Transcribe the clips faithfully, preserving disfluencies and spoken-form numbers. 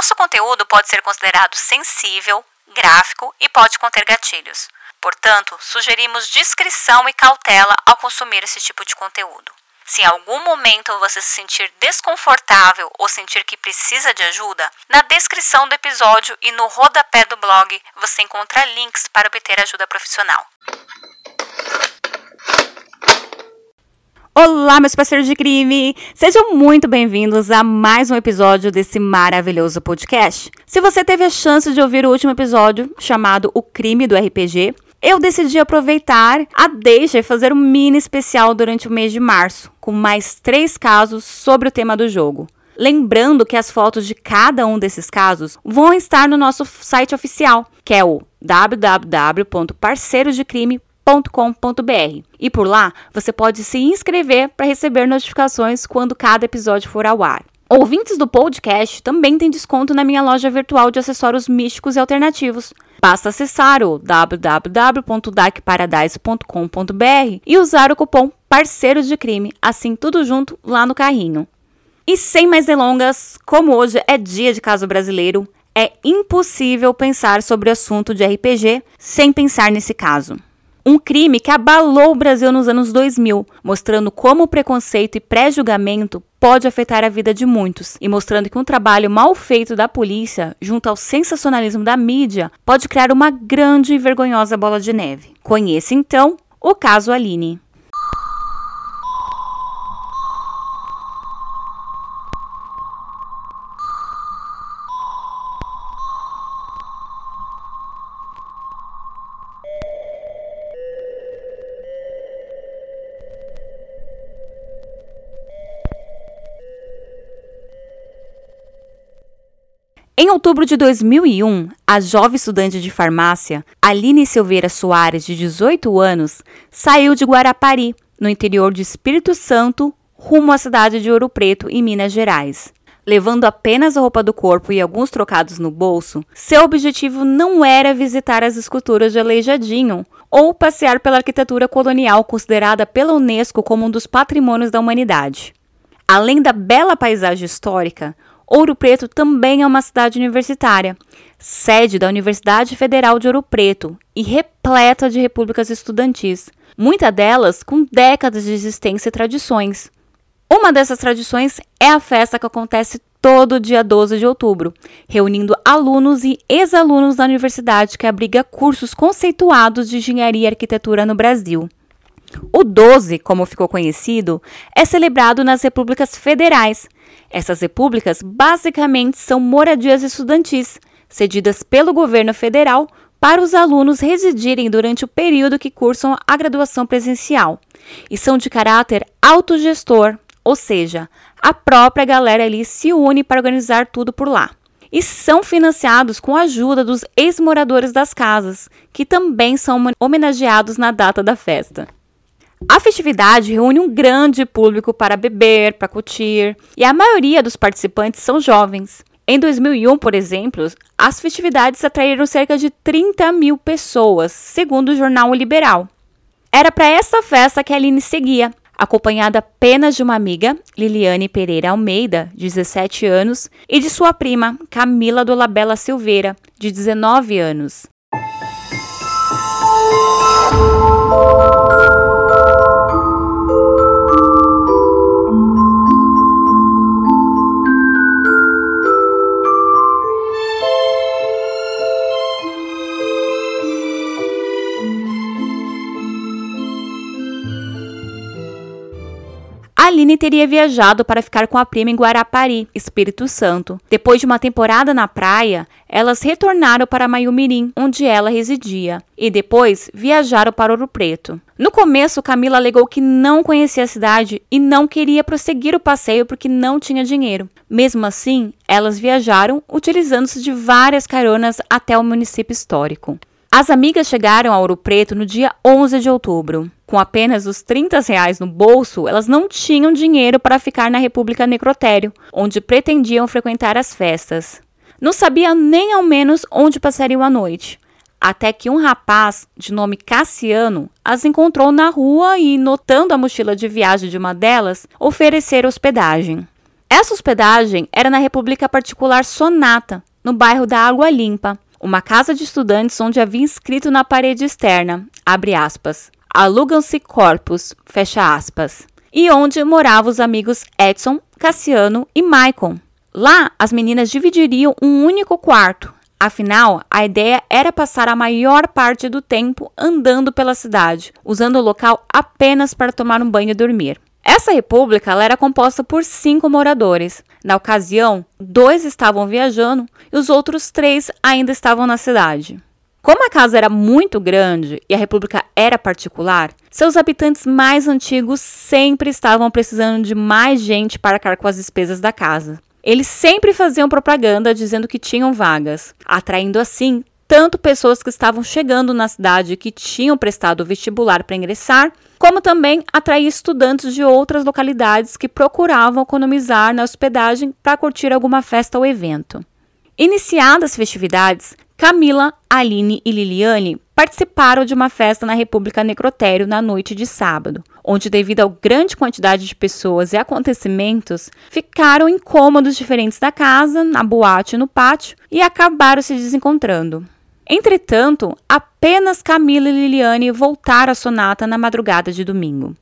Nosso conteúdo pode ser considerado sensível, gráfico e pode conter gatilhos. Portanto, sugerimos discrição e cautela ao consumir esse tipo de conteúdo. Se em algum momento você se sentir desconfortável ou sentir que precisa de ajuda, na descrição do episódio e no rodapé do blog você encontra links para obter ajuda profissional. Olá, meus parceiros de crime! Sejam muito bem-vindos a mais um episódio desse maravilhoso podcast. Se você teve a chance de ouvir o último episódio, chamado O Crime do R P G, eu decidi aproveitar a deixa e fazer um mini especial durante o mês de março, com mais três casos sobre o tema do jogo. Lembrando que as fotos de cada um desses casos vão estar no nosso site oficial, que é o w w w ponto parceiros de crime ponto com ponto b r. E por lá, você pode se inscrever para receber notificações quando cada episódio for ao ar. Ouvintes do podcast também têm desconto na minha loja virtual de acessórios místicos e alternativos. Basta acessar o w w w ponto dark paradise ponto com ponto b r e usar o cupom Parceiros de Crime, assim tudo junto lá no carrinho. E sem mais delongas, como hoje é dia de caso brasileiro, é impossível pensar sobre o assunto de R P G sem pensar nesse caso. Um crime que abalou o Brasil nos anos dois mil, mostrando como o preconceito e pré-julgamento pode afetar a vida de muitos e mostrando que um trabalho mal feito da polícia, junto ao sensacionalismo da mídia, pode criar uma grande e vergonhosa bola de neve. Conheça então o caso Aline. Em outubro de dois mil e um, a jovem estudante de farmácia, Aline Silveira Soares, de dezoito anos, saiu de Guarapari, no interior de Espírito Santo, rumo à cidade de Ouro Preto, em Minas Gerais. Levando apenas a roupa do corpo e alguns trocados no bolso, seu objetivo não era visitar as esculturas de Aleijadinho ou passear pela arquitetura colonial considerada pela Unesco como um dos patrimônios da humanidade. Além da bela paisagem histórica, Ouro Preto também é uma cidade universitária, sede da Universidade Federal de Ouro Preto e repleta de repúblicas estudantis, muitas delas com décadas de existência e tradições. Uma dessas tradições é a festa que acontece todo dia doze de outubro, reunindo alunos e ex-alunos da universidade que abriga cursos conceituados de engenharia e arquitetura no Brasil. O doze, como ficou conhecido, é celebrado nas repúblicas federais. Essas repúblicas basicamente são moradias estudantis, cedidas pelo governo federal para os alunos residirem durante o período que cursam a graduação presencial, e são de caráter autogestor, ou seja, a própria galera ali se une para organizar tudo por lá. E são financiados com a ajuda dos ex-moradores das casas, que também são homenageados na data da festa. A festividade reúne um grande público para beber, para curtir, e a maioria dos participantes são jovens. Em dois mil e um, por exemplo, as festividades atraíram cerca de trinta mil pessoas, segundo o jornal O Liberal. Era para essa festa que a Aline seguia, acompanhada apenas de uma amiga, Liliane Pereira Almeida, de dezessete anos, e de sua prima, Camila Dolabella Silveira, de dezenove anos. A Aline teria viajado para ficar com a prima em Guarapari, Espírito Santo. Depois de uma temporada na praia, elas retornaram para Maiumirim, onde ela residia, e depois viajaram para Ouro Preto. No começo, Camila alegou que não conhecia a cidade e não queria prosseguir o passeio porque não tinha dinheiro. Mesmo assim, elas viajaram utilizando-se de várias caronas até o município histórico. As amigas chegaram a Ouro Preto no dia onze de outubro. Com apenas os trinta reais no bolso, elas não tinham dinheiro para ficar na República Necrotério, onde pretendiam frequentar as festas. Não sabiam nem ao menos onde passariam a noite, até que um rapaz de nome Cassiano as encontrou na rua e, notando a mochila de viagem de uma delas, ofereceram hospedagem. Essa hospedagem era na República Particular Sonata, no bairro da Água Limpa, uma casa de estudantes onde havia escrito na parede externa, abre aspas, alugam-se corpos, fecha aspas, e onde moravam os amigos Edson, Cassiano e Maicon. Lá, as meninas dividiriam um único quarto. Afinal, a ideia era passar a maior parte do tempo andando pela cidade, usando o local apenas para tomar um banho e dormir. Essa república ela era composta por cinco moradores. Na ocasião, dois estavam viajando e os outros três ainda estavam na cidade. Como a casa era muito grande e a república era particular, seus habitantes mais antigos sempre estavam precisando de mais gente para arcar com as despesas da casa. Eles sempre faziam propaganda dizendo que tinham vagas, atraindo assim tanto pessoas que estavam chegando na cidade e que tinham prestado o vestibular para ingressar, como também atrair estudantes de outras localidades que procuravam economizar na hospedagem para curtir alguma festa ou evento. Iniciadas as festividades, Camila, Aline e Liliane participaram de uma festa na República Necrotério na noite de sábado, onde, devido à grande quantidade de pessoas e acontecimentos, ficaram em cômodos diferentes da casa, na boate e no pátio, e acabaram se desencontrando. Entretanto, apenas Camila e Liliane voltaram à Sonata na madrugada de domingo.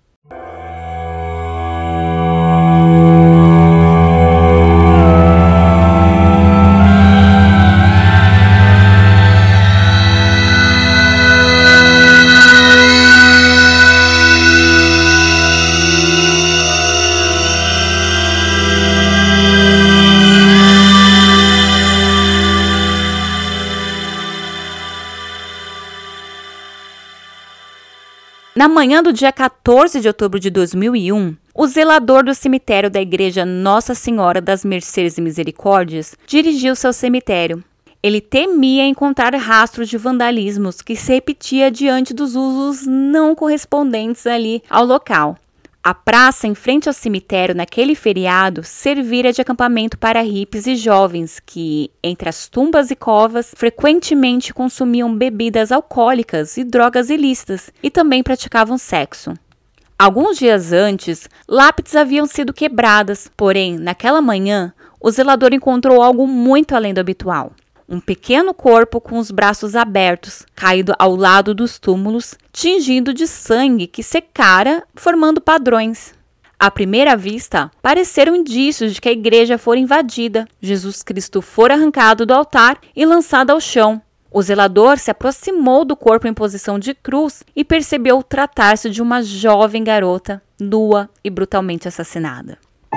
Na manhã do dia quatorze de outubro de dois mil e um, o zelador do cemitério da igreja Nossa Senhora das Mercês e Misericórdias dirigiu-se ao cemitério. Ele temia encontrar rastros de vandalismos que se repetia diante dos usos não correspondentes ali ao local. A praça em frente ao cemitério naquele feriado servira de acampamento para hippies e jovens que, entre as tumbas e covas, frequentemente consumiam bebidas alcoólicas e drogas ilícitas e também praticavam sexo. Alguns dias antes, lápides haviam sido quebradas, porém, naquela manhã, o zelador encontrou algo muito além do habitual. Um pequeno corpo com os braços abertos, caído ao lado dos túmulos, tingido de sangue que secara, formando padrões. À primeira vista, pareceram indícios de que a igreja fora invadida. Jesus Cristo fora arrancado do altar e lançado ao chão. O zelador se aproximou do corpo em posição de cruz e percebeu tratar-se de uma jovem garota, nua e brutalmente assassinada.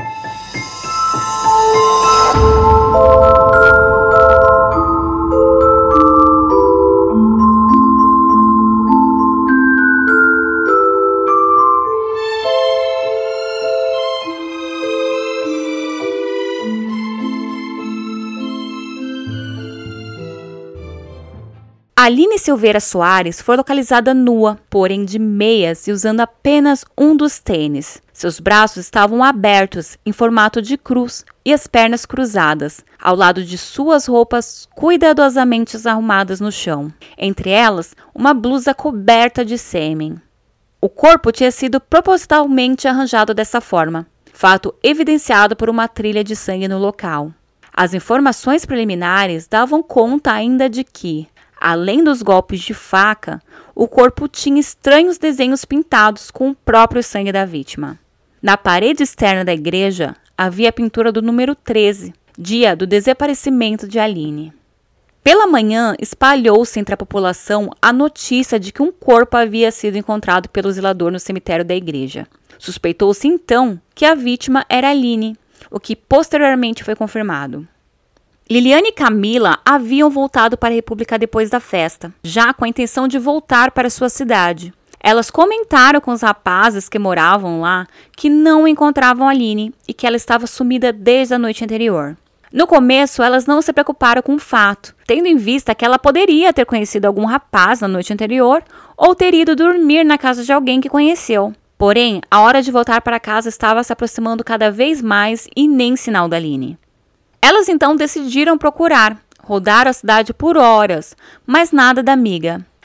Aline Silveira Soares foi localizada nua, porém de meias e usando apenas um dos tênis. Seus braços estavam abertos, em formato de cruz, e as pernas cruzadas, ao lado de suas roupas cuidadosamente arrumadas no chão. Entre elas, uma blusa coberta de sêmen. O corpo tinha sido propositalmente arranjado dessa forma, fato evidenciado por uma trilha de sangue no local. As informações preliminares davam conta ainda de que, além dos golpes de faca, o corpo tinha estranhos desenhos pintados com o próprio sangue da vítima. Na parede externa da igreja havia a pintura do número treze, dia do desaparecimento de Aline. Pela manhã, espalhou-se entre a população a notícia de que um corpo havia sido encontrado pelo zelador no cemitério da igreja. Suspeitou-se então que a vítima era Aline, o que posteriormente foi confirmado. Liliane e Camila haviam voltado para a República depois da festa, já com a intenção de voltar para sua cidade. Elas comentaram com os rapazes que moravam lá que não encontravam Aline e que ela estava sumida desde a noite anterior. No começo, elas não se preocuparam com o fato, tendo em vista que ela poderia ter conhecido algum rapaz na noite anterior ou ter ido dormir na casa de alguém que conheceu. Porém, a hora de voltar para casa estava se aproximando cada vez mais e nem sinal da Aline. Elas então decidiram procurar, rodaram a cidade por horas, mas nada da amiga.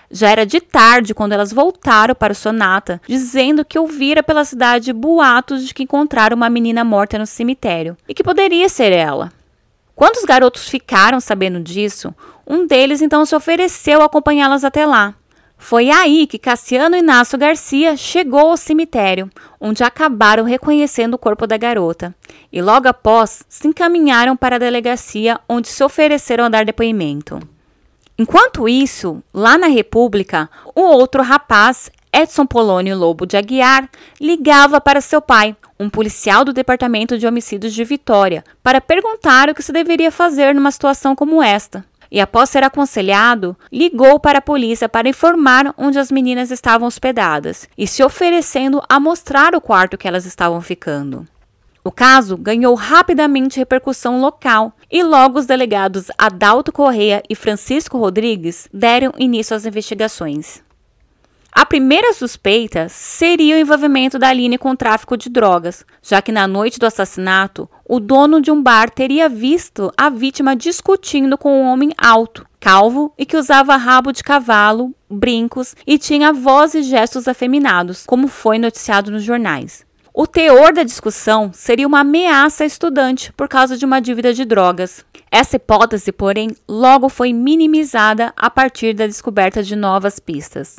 Já era de tarde quando elas voltaram para o Sonata, dizendo que ouvira pela cidade boatos de que encontraram uma menina morta no cemitério e que poderia ser ela. Quando os garotos ficaram sabendo disso, um deles então se ofereceu a acompanhá-las até lá. Foi aí que Cassiano Inácio Garcia chegou ao cemitério, onde acabaram reconhecendo o corpo da garota, e logo após se encaminharam para a delegacia, onde se ofereceram a dar depoimento. Enquanto isso, lá na República, o outro rapaz, Edson Polônio Lobo de Aguiar, ligava para seu pai, um policial do Departamento de Homicídios de Vitória, para perguntar o que se deveria fazer numa situação como esta. E após ser aconselhado, ligou para a polícia para informar onde as meninas estavam hospedadas e se oferecendo a mostrar o quarto que elas estavam ficando. O caso ganhou rapidamente repercussão local e logo os delegados Adalto Correia e Francisco Rodrigues deram início às investigações. A primeira suspeita seria o envolvimento da Aline com o tráfico de drogas, já que na noite do assassinato, o dono de um bar teria visto a vítima discutindo com um homem alto, calvo e que usava rabo de cavalo, brincos e tinha voz e gestos afeminados, como foi noticiado nos jornais. O teor da discussão seria uma ameaça à estudante por causa de uma dívida de drogas. Essa hipótese, porém, logo foi minimizada a partir da descoberta de novas pistas.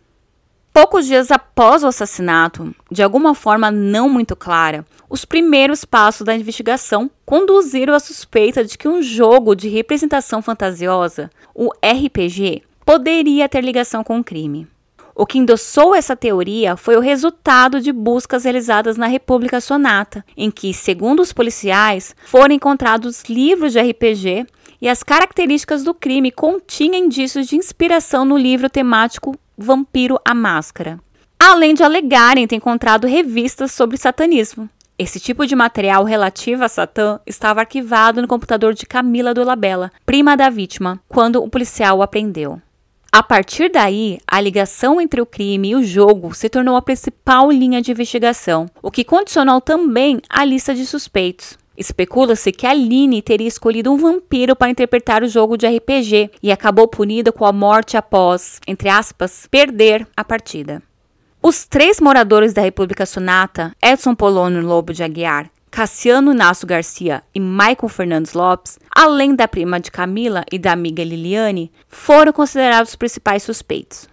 Poucos dias após o assassinato, de alguma forma não muito clara, os primeiros passos da investigação conduziram à suspeita de que um jogo de representação fantasiosa, o R P G, poderia ter ligação com o crime. O que endossou essa teoria foi o resultado de buscas realizadas na República Sonata, em que, segundo os policiais, foram encontrados livros de R P G e as características do crime continham indícios de inspiração no livro temático Vampiro à Máscara, além de alegarem ter encontrado revistas sobre satanismo. Esse tipo de material relativo a Satã estava arquivado no computador de Camila Dolabella, prima da vítima, quando o policial o apreendeu. A partir daí, a ligação entre o crime e o jogo se tornou a principal linha de investigação, o que condicionou também a lista de suspeitos. Especula-se que Aline teria escolhido um vampiro para interpretar o jogo de R P G e acabou punida com a morte após, entre aspas, perder a partida. Os três moradores da República Sonata, Edson Polônio Lobo de Aguiar, Cassiano Inácio Garcia e Michael Fernandes Lopes, além da prima de Camila e da amiga Liliane, foram considerados os principais suspeitos.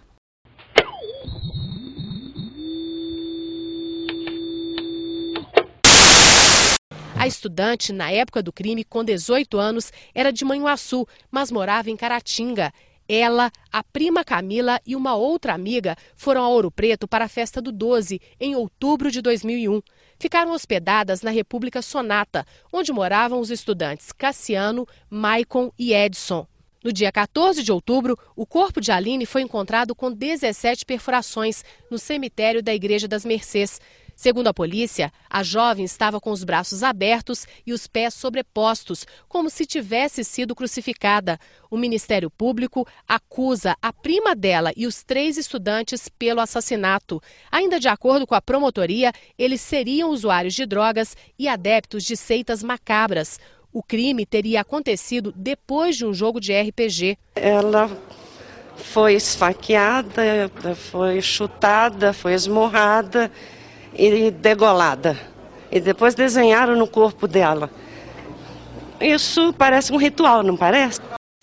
A estudante, na época do crime, com dezoito anos, era de Manhuaçu, mas morava em Caratinga. Ela, a prima Camila e uma outra amiga foram a Ouro Preto para a festa do doze, em outubro de dois mil e um. Ficaram hospedadas na República Sonata, onde moravam os estudantes Cassiano, Maicon e Edson. No dia quatorze de outubro, o corpo de Aline foi encontrado com dezessete perfurações no cemitério da Igreja das Mercês. Segundo a polícia, a jovem estava com os braços abertos e os pés sobrepostos, como se tivesse sido crucificada. O Ministério Público acusa a prima dela e os três estudantes pelo assassinato. Ainda de acordo com a promotoria, eles seriam usuários de drogas e adeptos de seitas macabras. O crime teria acontecido depois de um jogo de R P G. Ela foi esfaqueada, foi chutada, foi esmurrada e degolada. E depois desenharam no corpo dela. Isso parece um ritual, não parece?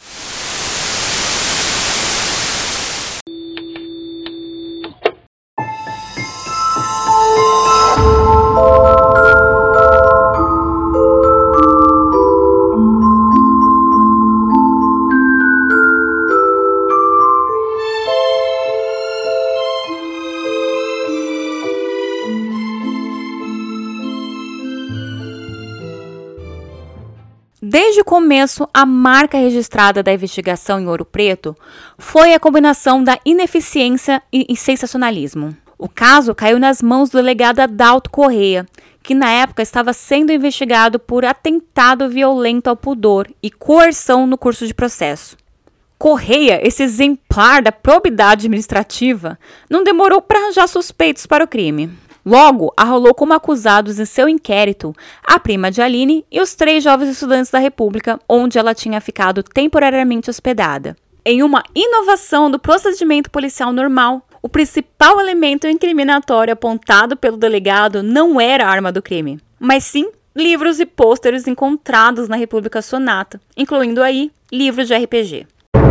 Desde o começo, a marca registrada da investigação em Ouro Preto foi a combinação da ineficiência e sensacionalismo. O caso caiu nas mãos do delegado Adalto Correia, que na época estava sendo investigado por atentado violento ao pudor e coerção no curso de processo. Correia, esse exemplar da probidade administrativa, não demorou para arranjar suspeitos para o crime. Logo, arrolou como acusados em seu inquérito a prima de Aline e os três jovens estudantes da República, onde ela tinha ficado temporariamente hospedada. em uma inovação do procedimento policial normal. O principal elemento incriminatório apontado pelo delegado não era a arma do crime, mas sim livros e pôsteres encontrados na República Sonata, incluindo aí livros de R P G.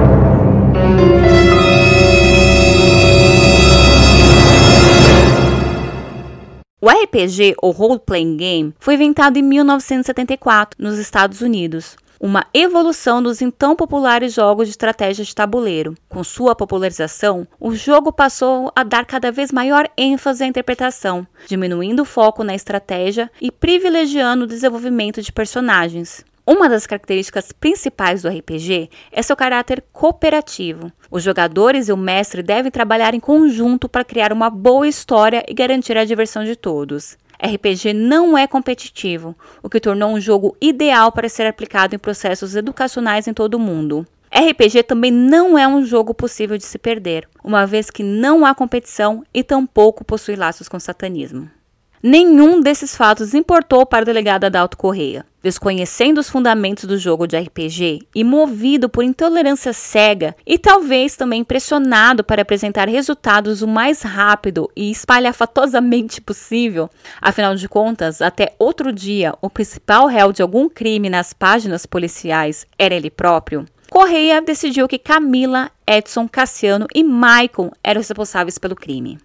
O R P G, ou Role Playing Game, foi inventado em mil novecentos e setenta e quatro, nos Estados Unidos, uma evolução dos então populares jogos de estratégia de tabuleiro. Com sua popularização, o jogo passou a dar cada vez maior ênfase à interpretação, diminuindo o foco na estratégia e privilegiando o desenvolvimento de personagens. Uma das características principais do R P G é seu caráter cooperativo. Os jogadores e o mestre devem trabalhar em conjunto para criar uma boa história e garantir a diversão de todos. R P G não é competitivo, o que tornou um jogo ideal para ser aplicado em processos educacionais em todo o mundo. R P G também não é um jogo possível de se perder, uma vez que não há competição e tampouco possui laços com satanismo. Nenhum desses fatos importou para o delegado Adalto Correia. Desconhecendo os fundamentos do jogo de R P G e movido por intolerância cega e talvez também pressionado para apresentar resultados o mais rápido e espalhafatosamente possível, afinal de contas, até outro dia, o principal réu de algum crime nas páginas policiais era ele próprio, Correia decidiu que Camila, Edson, Cassiano e Maicon eram os responsáveis pelo crime.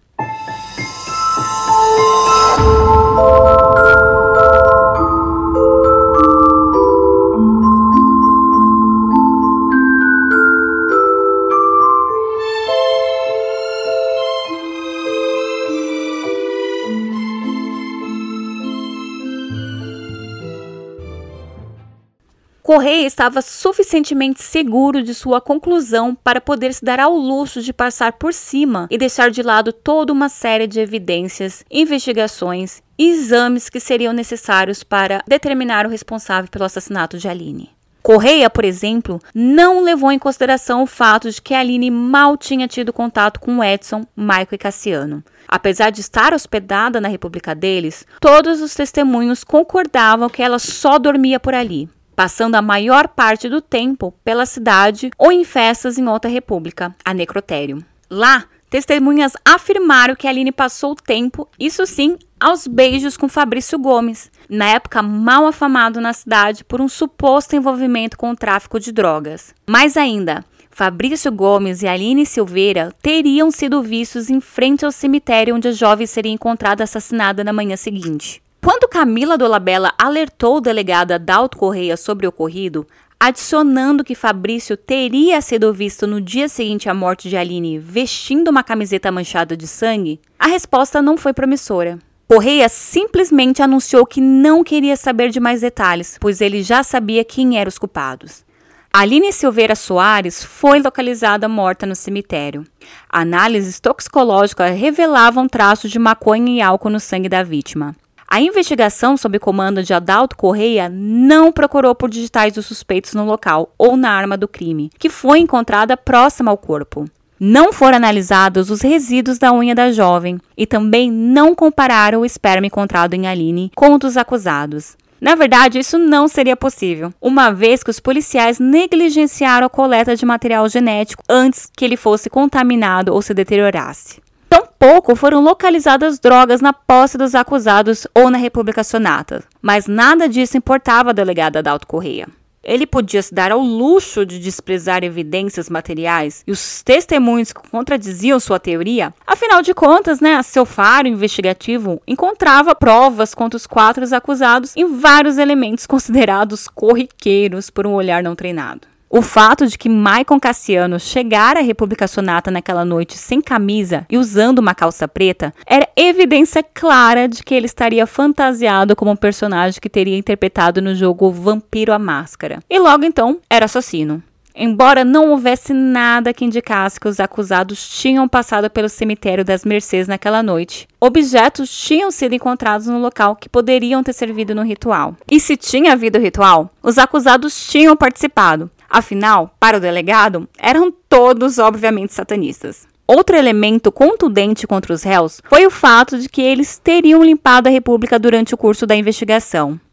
Correia estava suficientemente seguro de sua conclusão para poder se dar ao luxo de passar por cima e deixar de lado toda uma série de evidências, investigações e exames que seriam necessários para determinar o responsável pelo assassinato de Aline. Correia, por exemplo, não levou em consideração o fato de que Aline mal tinha tido contato com Edson, Maicon e Cassiano. Apesar de estar hospedada na República deles, todos os testemunhos concordavam que ela só dormia por ali, passando a maior parte do tempo pela cidade ou em festas em outra república, a necrotério. Lá, testemunhas afirmaram que Aline passou o tempo, isso sim, aos beijos com Fabrício Gomes, na época mal afamado na cidade por um suposto envolvimento com o tráfico de drogas. Mais ainda, Fabrício Gomes e Aline Silveira teriam sido vistos em frente ao cemitério onde a jovem seria encontrada assassinada na manhã seguinte. Quando Camila Dolabella alertou o delegado Adalto Correia sobre o ocorrido, adicionando que Fabrício teria sido visto no dia seguinte à morte de Aline vestindo uma camiseta manchada de sangue, a resposta não foi promissora. Correia simplesmente anunciou que não queria saber de mais detalhes, pois ele já sabia quem eram os culpados. Aline Silveira Soares foi localizada morta no cemitério. Análises toxicológicas revelavam traços de maconha e álcool no sangue da vítima. A investigação sob comando de Adalto Correia não procurou por digitais dos suspeitos no local ou na arma do crime, que foi encontrada próxima ao corpo. Não foram analisados os resíduos da unha da jovem e também não compararam o esperma encontrado em Aline com o dos acusados. Na verdade, isso não seria possível, uma vez que os policiais negligenciaram a coleta de material genético antes que ele fosse contaminado ou se deteriorasse. Tampouco foram localizadas drogas na posse dos acusados ou na República Sonata, mas nada disso importava ao delegado Adalto Correia. Ele podia se dar ao luxo de desprezar evidências materiais e os testemunhos que contradiziam sua teoria. Afinal de contas, né, seu faro investigativo encontrava provas contra os quatro acusados em vários elementos considerados corriqueiros por um olhar não treinado. O fato de que Maicon Cassiano chegara à República Sonata naquela noite sem camisa e usando uma calça preta era evidência clara de que ele estaria fantasiado como um personagem que teria interpretado no jogo Vampiro à Máscara. E logo então, era assassino. Embora não houvesse nada que indicasse que os acusados tinham passado pelo cemitério das Mercês naquela noite, objetos tinham sido encontrados no local que poderiam ter servido no ritual. E se tinha havido ritual, os acusados tinham participado. Afinal, para o delegado, eram todos obviamente satanistas. Outro elemento contundente contra os réus foi o fato de que eles teriam limpado a República durante o curso da investigação.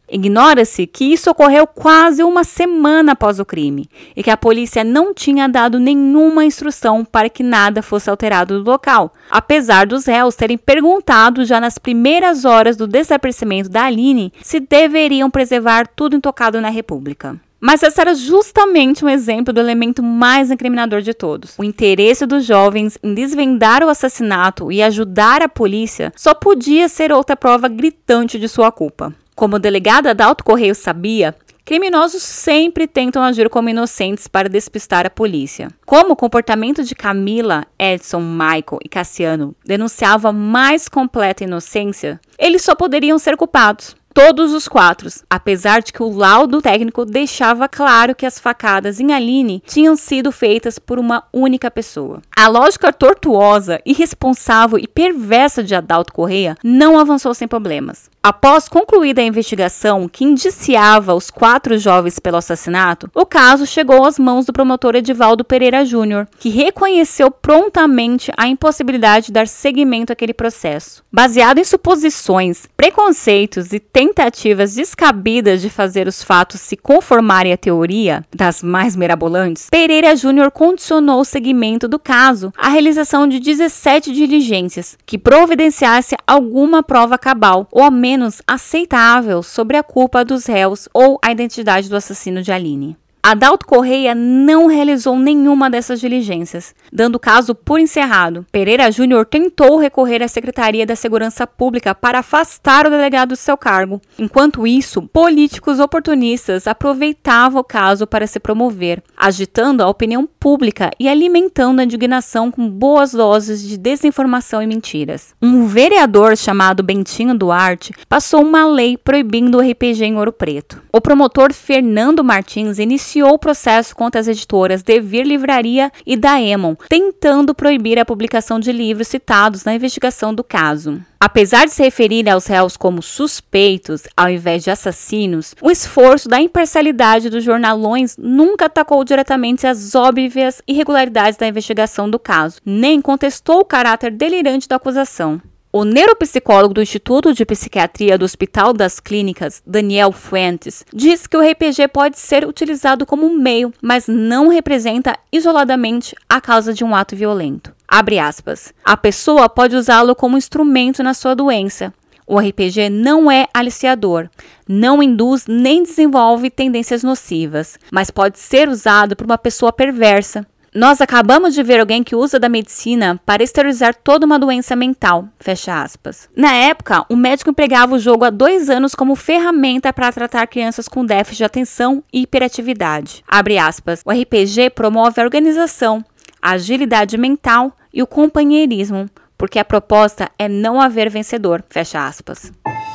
Ignora-se que isso ocorreu quase uma semana após o crime e que a polícia não tinha dado nenhuma instrução para que nada fosse alterado do local, apesar dos réus terem perguntado já nas primeiras horas do desaparecimento da Aline se deveriam preservar tudo intocado na República. Mas esse era justamente um exemplo do elemento mais incriminador de todos. O interesse dos jovens em desvendar o assassinato e ajudar a polícia só podia ser outra prova gritante de sua culpa. Como o delegado Adalto Correia sabia, criminosos sempre tentam agir como inocentes para despistar a polícia. Como o comportamento de Camila, Edson, Michael e Cassiano denunciava mais completa inocência, eles só poderiam ser culpados. Todos os quatro, apesar de que o laudo técnico deixava claro que as facadas em Aline tinham sido feitas por uma única pessoa. A lógica tortuosa, irresponsável e perversa de Adalto Correia não avançou sem problemas. Após concluída a investigação que indiciava os quatro jovens pelo assassinato, o caso chegou às mãos do promotor Edivaldo Pereira Júnior, que reconheceu prontamente a impossibilidade de dar seguimento àquele processo. Baseado em suposições, preconceitos e tentativas descabidas de fazer os fatos se conformarem à teoria, das mais mirabolantes, Pereira Júnior condicionou o seguimento do caso à realização de dezessete diligências que providenciasse alguma prova cabal ou ao menos aceitável sobre a culpa dos réus ou a identidade do assassino de Aline. Adalto Correia não realizou nenhuma dessas diligências, dando o caso por encerrado. Pereira Júnior tentou recorrer à Secretaria da Segurança Pública para afastar o delegado do seu cargo. Enquanto isso, políticos oportunistas aproveitavam o caso para se promover, agitando a opinião pública e alimentando a indignação com boas doses de desinformação e mentiras. Um vereador chamado Bentinho Duarte passou uma lei proibindo o R P G em Ouro Preto. O promotor Fernando Martins iniciou iniciou o processo contra as editoras Devir Livraria e Daemon, tentando proibir a publicação de livros citados na investigação do caso. Apesar de se referir aos réus como suspeitos, ao invés de assassinos, o esforço da imparcialidade dos jornalões nunca atacou diretamente as óbvias irregularidades da investigação do caso, nem contestou o caráter delirante da acusação. O neuropsicólogo do Instituto de Psiquiatria do Hospital das Clínicas, Daniel Fuentes, diz que o R P G pode ser utilizado como meio, mas não representa isoladamente a causa de um ato violento. Abre aspas. A pessoa pode usá-lo como instrumento na sua doença. O R P G não é aliciador, não induz nem desenvolve tendências nocivas, mas pode ser usado por uma pessoa perversa. Nós acabamos de ver alguém que usa da medicina para exteriorizar toda uma doença mental, fecha aspas. Na época, o médico empregava o jogo há dois anos como ferramenta para tratar crianças com déficit de atenção e hiperatividade. Abre aspas. O R P G promove a organização, a agilidade mental e o companheirismo, porque a proposta é não haver vencedor, fecha aspas.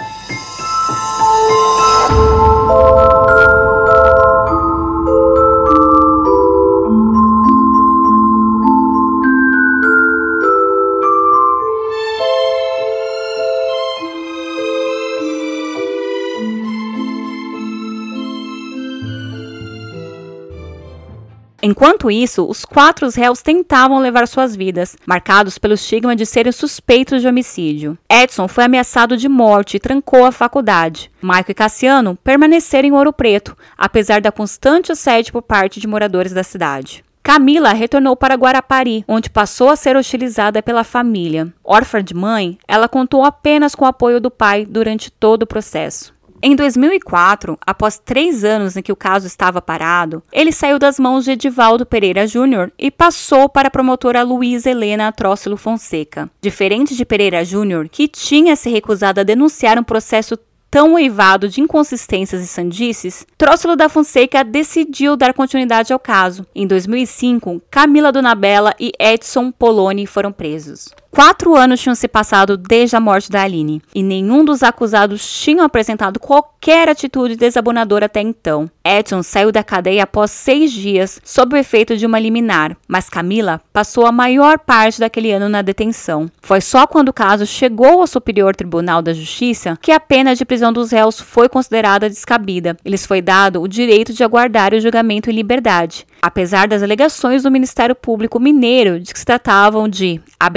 Enquanto isso, os quatro réus tentavam levar suas vidas, marcados pelo estigma de serem suspeitos de homicídio. Edson foi ameaçado de morte e trancou a faculdade. Michael e Cassiano permaneceram em Ouro Preto, apesar da constante assédio por parte de moradores da cidade. Camila retornou para Guarapari, onde passou a ser hostilizada pela família. Órfã de mãe, ela contou apenas com o apoio do pai durante todo o processo. Em dois mil e quatro, após três anos em que o caso estava parado, ele saiu das mãos de Edivaldo Pereira Júnior e passou para a promotora Luísa Helena Trócilo Fonseca. Diferente de Pereira Júnior, que tinha se recusado a denunciar um processo tão eivado de inconsistências e sandices, Trócilo da Fonseca decidiu dar continuidade ao caso. Em dois mil e cinco, Camila Donabella e Edson Poloni foram presos. Quatro anos tinham se passado desde a morte da Aline, e nenhum dos acusados tinham apresentado qualquer atitude desabonadora até então. Edson saiu da cadeia após seis dias, sob o efeito de uma liminar, mas Camila passou a maior parte daquele ano na detenção. Foi só quando o caso chegou ao Superior Tribunal da Justiça que a pena de prisão dos réus foi considerada descabida. Lhes foi dado o direito de aguardar o julgamento em liberdade, apesar das alegações do Ministério Público Mineiro de que se tratavam de, abre aspas,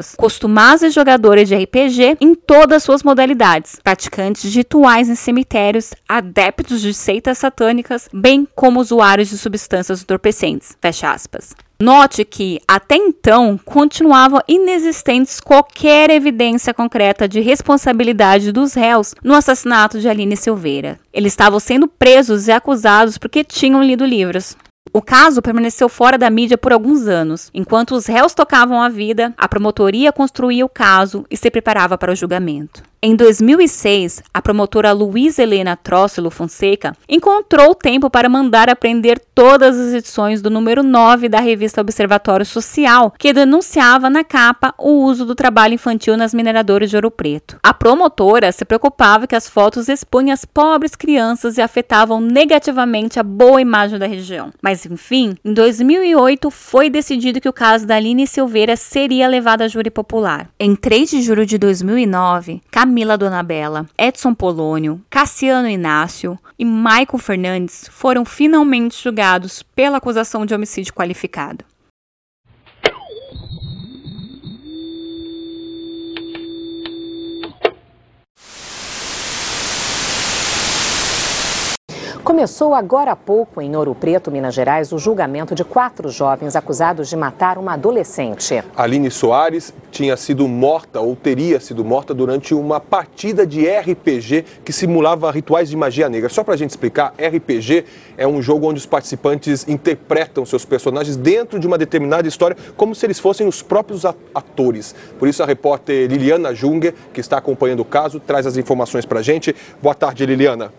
aspas, costumazes jogadores de R P G em todas suas modalidades, praticantes de rituais em cemitérios, adeptos de seitas satânicas, bem como usuários de substâncias entorpecentes, fecha aspas. Note que, até então, continuavam inexistentes qualquer evidência concreta de responsabilidade dos réus no assassinato de Aline Silveira. Eles estavam sendo presos e acusados porque tinham lido livros. O caso permaneceu fora da mídia por alguns anos. Enquanto os réus tocavam a vida, a promotoria construía o caso e se preparava para o julgamento. Em dois mil e seis, a promotora Luísa Helena Trócilo Fonseca encontrou tempo para mandar apreender todas as edições do número nove da revista Observatório Social, que denunciava na capa o uso do trabalho infantil nas mineradoras de Ouro Preto. A promotora se preocupava que as fotos expunham as pobres crianças e afetavam negativamente a boa imagem da região. Mas, enfim, em dois mil e oito foi decidido que o caso da Aline Silveira seria levado a júri popular. Em três de julho de dois mil e nove, Camila Donabella, Edson Polônio, Cassiano Inácio e Maicon Fernandes foram finalmente julgados pela acusação de homicídio qualificado. Começou agora há pouco, em Ouro Preto, Minas Gerais, o julgamento de quatro jovens acusados de matar uma adolescente. Aline Soares tinha sido morta ou teria sido morta durante uma partida de R P G que simulava rituais de magia negra. Só para a gente explicar, R P G é um jogo onde os participantes interpretam seus personagens dentro de uma determinada história como se eles fossem os próprios atores. Por isso a repórter Liliana Junger, que está acompanhando o caso, traz as informações para a gente. Boa tarde, Liliana.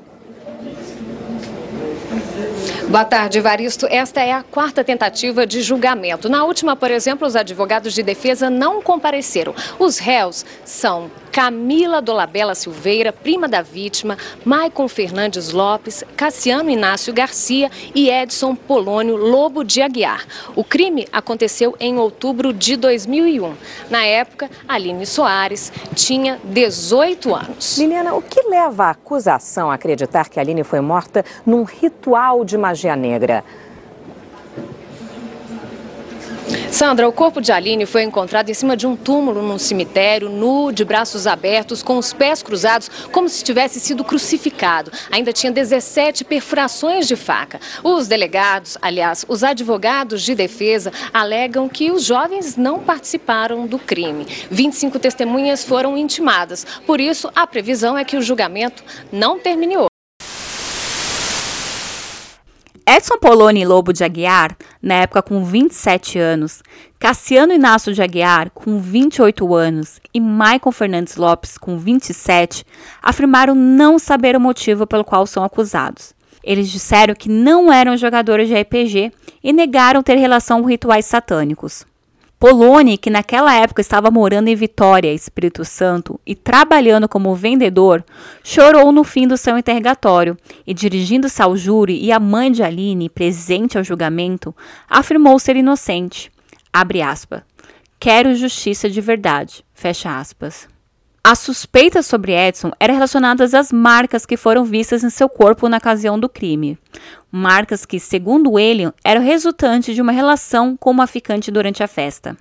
Boa tarde, Evaristo. Esta é a quarta tentativa de julgamento. Na última, por exemplo, os advogados de defesa não compareceram. Os réus são Camila Donabella Silveira, prima da vítima, Maicon Fernandes Lopes, Cassiano Inácio Garcia e Edson Polônio Lobo de Aguiar. O crime aconteceu em outubro de dois mil e um. Na época, Aline Soares tinha dezoito anos. Liliana, o que leva a acusação a acreditar que a Aline foi morta num ritual de magia negra? Sandra, o corpo de Aline foi encontrado em cima de um túmulo num cemitério, nu, de braços abertos, com os pés cruzados, como se tivesse sido crucificado. Ainda tinha dezessete perfurações de faca. Os delegados, aliás, os advogados de defesa, alegam que os jovens não participaram do crime. vinte e cinco testemunhas foram intimadas. Por isso, a previsão é que o julgamento não termine hoje. Edson Polônio Lobo de Aguiar, na época com vinte e sete anos, Cassiano Inácio de Aguiar, com vinte e oito anos, e Maicon Fernandes Lopes, com vinte e sete, afirmaram não saber o motivo pelo qual são acusados. Eles disseram que não eram jogadores de R P G e negaram ter relação com rituais satânicos. Polônio, que naquela época estava morando em Vitória, Espírito Santo, e trabalhando como vendedor, chorou no fim do seu interrogatório e, dirigindo-se ao júri e à mãe de Aline, presente ao julgamento, afirmou ser inocente. Abre aspas. Quero justiça de verdade. Fecha aspas. As suspeitas sobre Edson eram relacionadas às marcas que foram vistas em seu corpo na ocasião do crime. Marcas que, segundo ele, eram resultantes de uma relação com uma ficante durante a festa.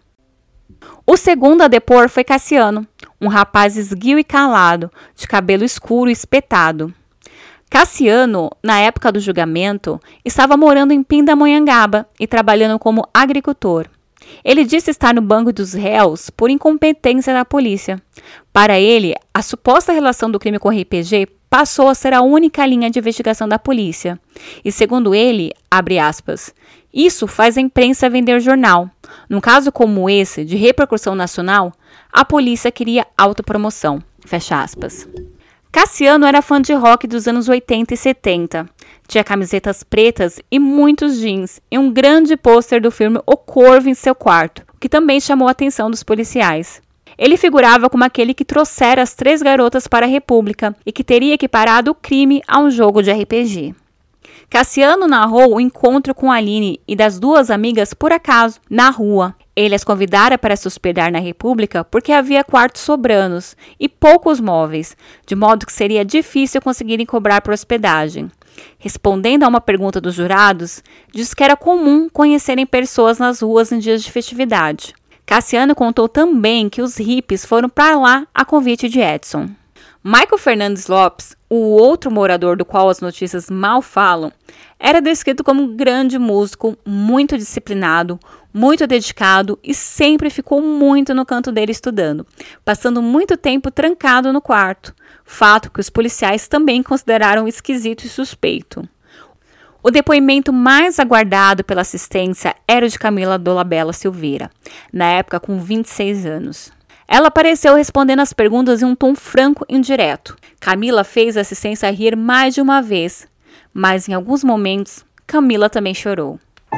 O segundo a depor foi Cassiano, um rapaz esguio e calado, de cabelo escuro e espetado. Cassiano, na época do julgamento, estava morando em Pindamonhangaba e trabalhando como agricultor. Ele disse estar no banco dos réus por incompetência da polícia. Para ele, a suposta relação do crime com o R P G passou a ser a única linha de investigação da polícia. E segundo ele, abre aspas, isso faz a imprensa vender jornal. Num caso como esse, de repercussão nacional, a polícia queria autopromoção. Fecha aspas. Cassiano era fã de rock dos anos oitenta e setenta. Tinha camisetas pretas e muitos jeans e um grande pôster do filme O Corvo em seu quarto, o que também chamou a atenção dos policiais. Ele figurava como aquele que trouxera as três garotas para a República e que teria equiparado o crime a um jogo de R P G. Cassiano narrou o encontro com Aline e das duas amigas por acaso, na rua. Ele as convidara para se hospedar na República porque havia quartos sobranos e poucos móveis, de modo que seria difícil conseguirem cobrar por hospedagem. Respondendo a uma pergunta dos jurados, disse que era comum conhecerem pessoas nas ruas em dias de festividade. Cassiano contou também que os hippies foram para lá a convite de Edson. Michael Fernandes Lopes, o outro morador do qual as notícias mal falam, era descrito como um grande músico, muito disciplinado, muito dedicado e sempre ficou muito no canto dele estudando, passando muito tempo trancado no quarto, fato que os policiais também consideraram esquisito e suspeito. O depoimento mais aguardado pela assistência era o de Camila Dolabella Silveira, na época com vinte e seis anos. Ela apareceu respondendo as perguntas em um tom franco e indireto. Camila fez a assistência rir mais de uma vez, mas em alguns momentos, Camila também chorou.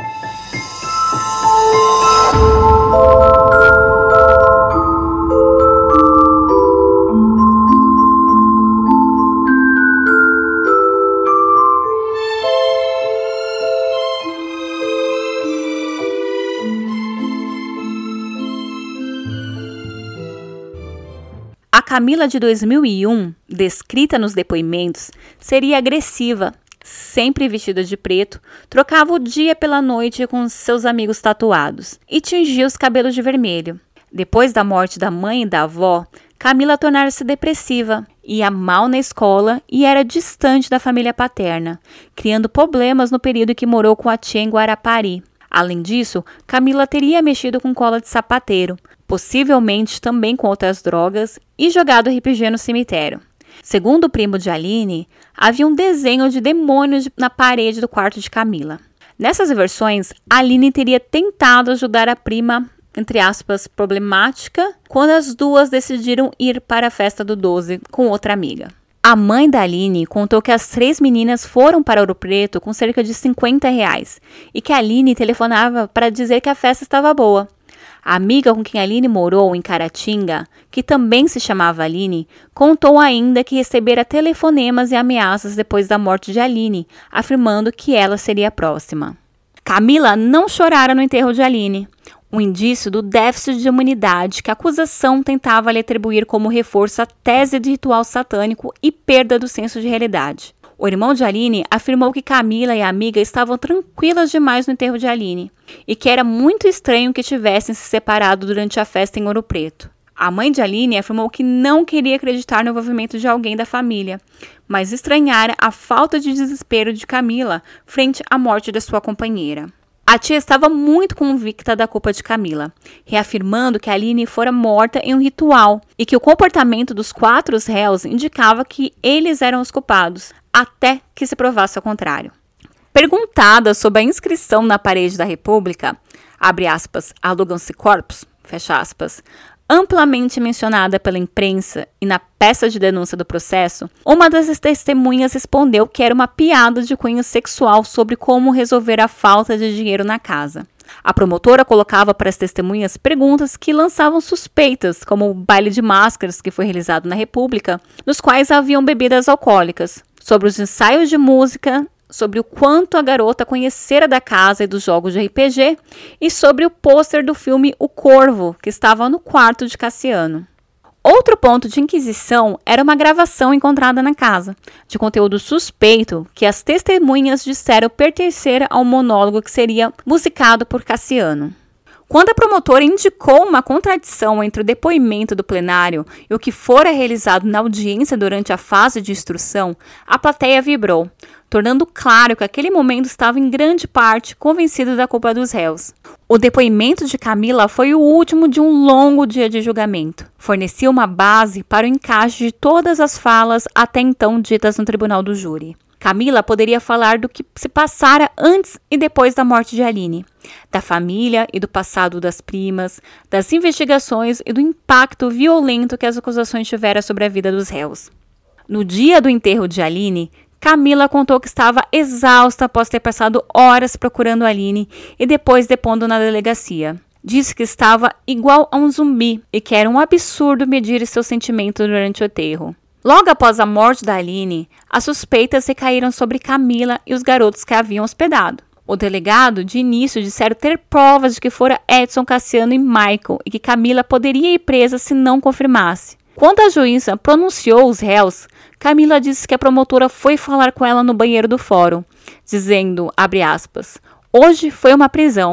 A Camila de dois mil e um, descrita nos depoimentos, seria agressiva, sempre vestida de preto, trocava o dia pela noite com seus amigos tatuados e tingia os cabelos de vermelho. Depois da morte da mãe e da avó, Camila tornara-se depressiva, ia mal na escola e era distante da família paterna, criando problemas no período que morou com a tia em Guarapari. Além disso, Camila teria mexido com cola de sapateiro, possivelmente também com outras drogas, e jogado R P G no cemitério. Segundo o primo de Aline, havia um desenho de demônios na parede do quarto de Camila. Nessas versões, Aline teria tentado ajudar a prima, entre aspas, problemática, quando as duas decidiram ir para a festa do doze com outra amiga. A mãe da Aline contou que as três meninas foram para Ouro Preto com cerca de cinquenta reais e que a Aline telefonava para dizer que a festa estava boa. A amiga com quem a Aline morou em Caratinga, que também se chamava Aline, contou ainda que recebera telefonemas e ameaças depois da morte de Aline, afirmando que ela seria a próxima. Camila não chorara no enterro de Aline, um indício do déficit de imunidade que a acusação tentava lhe atribuir como reforço à tese de ritual satânico e perda do senso de realidade. O irmão de Aline afirmou que Camila e a amiga estavam tranquilas demais no enterro de Aline e que era muito estranho que tivessem se separado durante a festa em Ouro Preto. A mãe de Aline afirmou que não queria acreditar no envolvimento de alguém da família, mas estranhara a falta de desespero de Camila frente à morte da sua companheira. A tia estava muito convicta da culpa de Camila, reafirmando que Aline fora morta em um ritual e que o comportamento dos quatro réus indicava que eles eram os culpados, até que se provasse ao contrário. Perguntada sobre a inscrição na parede da República, abre aspas, alugam-se corpos, fecha aspas, amplamente mencionada pela imprensa e na peça de denúncia do processo, uma das testemunhas respondeu que era uma piada de cunho sexual sobre como resolver a falta de dinheiro na casa. A promotora colocava para as testemunhas perguntas que lançavam suspeitas, como o baile de máscaras que foi realizado na República, nos quais haviam bebidas alcoólicas, sobre os ensaios de música, sobre o quanto a garota conhecera da casa e dos jogos de R P G e sobre o pôster do filme O Corvo, que estava no quarto de Cassiano. Outro ponto de inquisição era uma gravação encontrada na casa, de conteúdo suspeito que as testemunhas disseram pertencer ao monólogo que seria musicado por Cassiano. Quando a promotora indicou uma contradição entre o depoimento do plenário e o que fora realizado na audiência durante a fase de instrução, a plateia vibrou, tornando claro que aquele momento estava em grande parte convencido da culpa dos réus. O depoimento de Camila foi o último de um longo dia de julgamento. Fornecia uma base para o encaixe de todas as falas até então ditas no tribunal do júri. Camila poderia falar do que se passara antes e depois da morte de Aline, da família e do passado das primas, das investigações e do impacto violento que as acusações tiveram sobre a vida dos réus. No dia do enterro de Aline, Camila contou que estava exausta após ter passado horas procurando Aline e depois depondo na delegacia. Disse que estava igual a um zumbi e que era um absurdo medir seus sentimentos durante o enterro. Logo após a morte da Aline, as suspeitas recaíram sobre Camila e os garotos que a haviam hospedado. O delegado, de início, disseram ter provas de que fora Edson, Cassiano e Michael e que Camila poderia ir presa se não confirmasse. Quando a juíza pronunciou os réus, Camila disse que a promotora foi falar com ela no banheiro do fórum, dizendo, abre aspas, hoje foi uma prisão,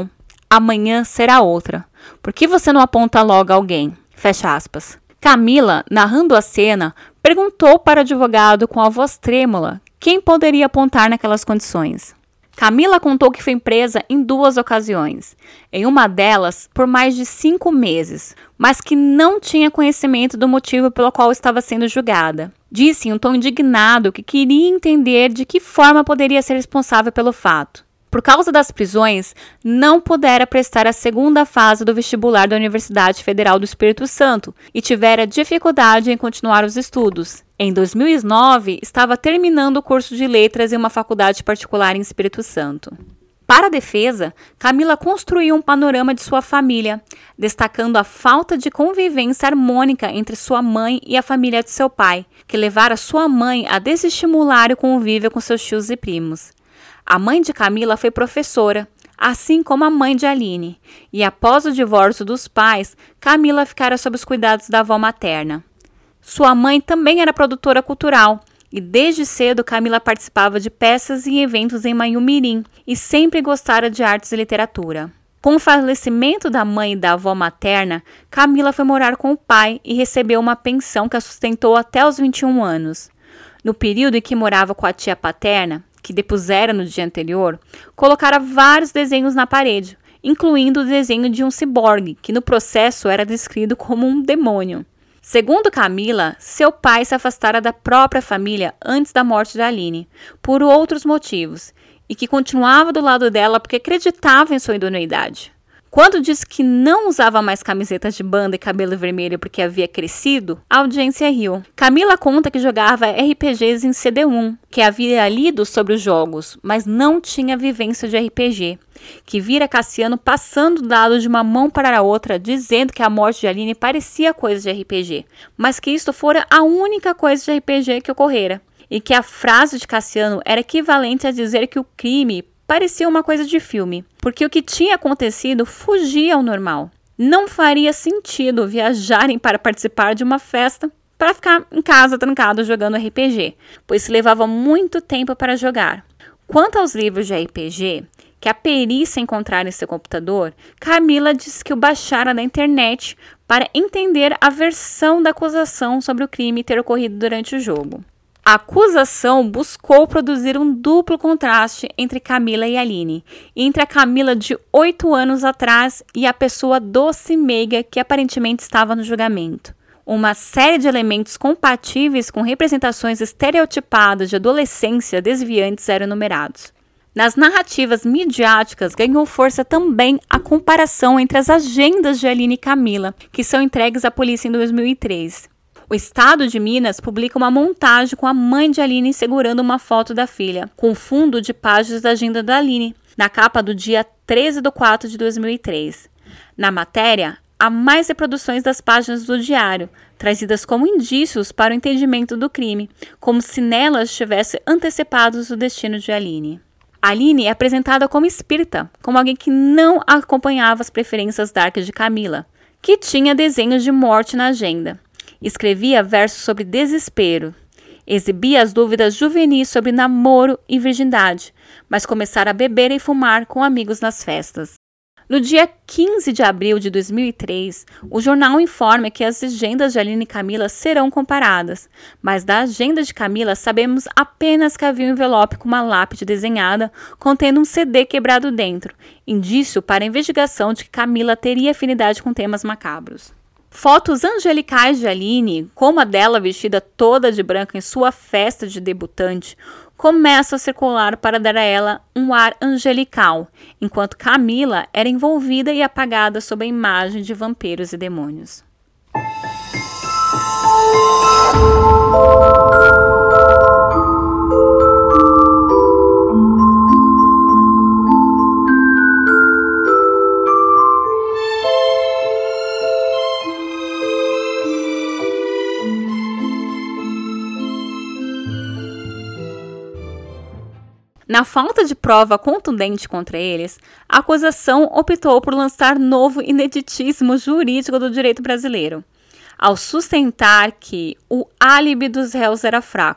amanhã será outra. Por que você não aponta logo alguém? Fecha aspas. Camila, narrando a cena, perguntou para o advogado com a voz trêmula quem poderia apontar naquelas condições. Camila contou que foi presa em duas ocasiões, em uma delas por mais de cinco meses, mas que não tinha conhecimento do motivo pelo qual estava sendo julgada. Disse em um tom indignado que queria entender de que forma poderia ser responsável pelo fato. Por causa das prisões, não pudera prestar a segunda fase do vestibular da Universidade Federal do Espírito Santo e tivera dificuldade em continuar os estudos. Em dois mil e nove, estava terminando o curso de letras em uma faculdade particular em Espírito Santo. Para a defesa, Camila construiu um panorama de sua família, destacando a falta de convivência harmônica entre sua mãe e a família de seu pai, que levara sua mãe a desestimular o convívio com seus tios e primos. A mãe de Camila foi professora, assim como a mãe de Aline, e após o divórcio dos pais, Camila ficara sob os cuidados da avó materna. Sua mãe também era produtora cultural, e desde cedo Camila participava de peças e eventos em Manhumirim e sempre gostara de artes e literatura. Com o falecimento da mãe e da avó materna, Camila foi morar com o pai e recebeu uma pensão que a sustentou até os vinte e um anos. No período em que morava com a tia paterna, que depusera no dia anterior, colocara vários desenhos na parede, incluindo o desenho de um ciborgue, que no processo era descrito como um demônio. Segundo Camila, seu pai se afastara da própria família antes da morte de Aline, por outros motivos, e que continuava do lado dela porque acreditava em sua idoneidade. Quando disse que não usava mais camisetas de banda e cabelo vermelho porque havia crescido, a audiência riu. Camila conta que jogava R P Gs em C D um, que havia lido sobre os jogos, mas não tinha vivência de R P G, que vira Cassiano passando o dado de uma mão para a outra, dizendo que a morte de Aline parecia coisa de R P G, mas que isto fora a única coisa de R P G que ocorrera, e que a frase de Cassiano era equivalente a dizer que o crime parecia uma coisa de filme, porque o que tinha acontecido fugia ao normal. Não faria sentido viajarem para participar de uma festa para ficar em casa trancado jogando R P G, pois se levava muito tempo para jogar. Quanto aos livros de R P G, que a perícia encontrara em seu computador, Camila disse que o baixara na internet para entender a versão da acusação sobre o crime ter ocorrido durante o jogo. A acusação buscou produzir um duplo contraste entre Camila e Aline, entre a Camila de oito anos atrás e a pessoa doce e meiga que aparentemente estava no julgamento. Uma série de elementos compatíveis com representações estereotipadas de adolescência desviantes eram enumerados. Nas narrativas midiáticas ganhou força também a comparação entre as agendas de Aline e Camila, que são entregues à polícia em dois mil e três. O Estado de Minas publica uma montagem com a mãe de Aline segurando uma foto da filha, com fundo de páginas da agenda da Aline, na capa do dia treze de quatro de dois mil e três. Na matéria, há mais reproduções das páginas do diário, trazidas como indícios para o entendimento do crime, como se nelas tivesse antecipados o destino de Aline. Aline é apresentada como espírita, como alguém que não acompanhava as preferências dark de Camila, que tinha desenhos de morte na agenda. Escrevia versos sobre desespero, exibia as dúvidas juvenis sobre namoro e virgindade, mas começara a beber e fumar com amigos nas festas. No dia quinze de abril de dois mil e três, o jornal informa que as agendas de Aline e Camila serão comparadas, mas da agenda de Camila sabemos apenas que havia um envelope com uma lápide desenhada contendo um C D quebrado dentro, indício para a investigação de que Camila teria afinidade com temas macabros. Fotos angelicais de Aline, como a dela vestida toda de branco em sua festa de debutante, começam a circular para dar a ela um ar angelical, enquanto Camila era envolvida e apagada sob a imagem de vampiros e demônios. Na falta de prova contundente contra eles, a acusação optou por lançar novo ineditismo jurídico do direito brasileiro, ao sustentar que o álibi dos réus era fraco.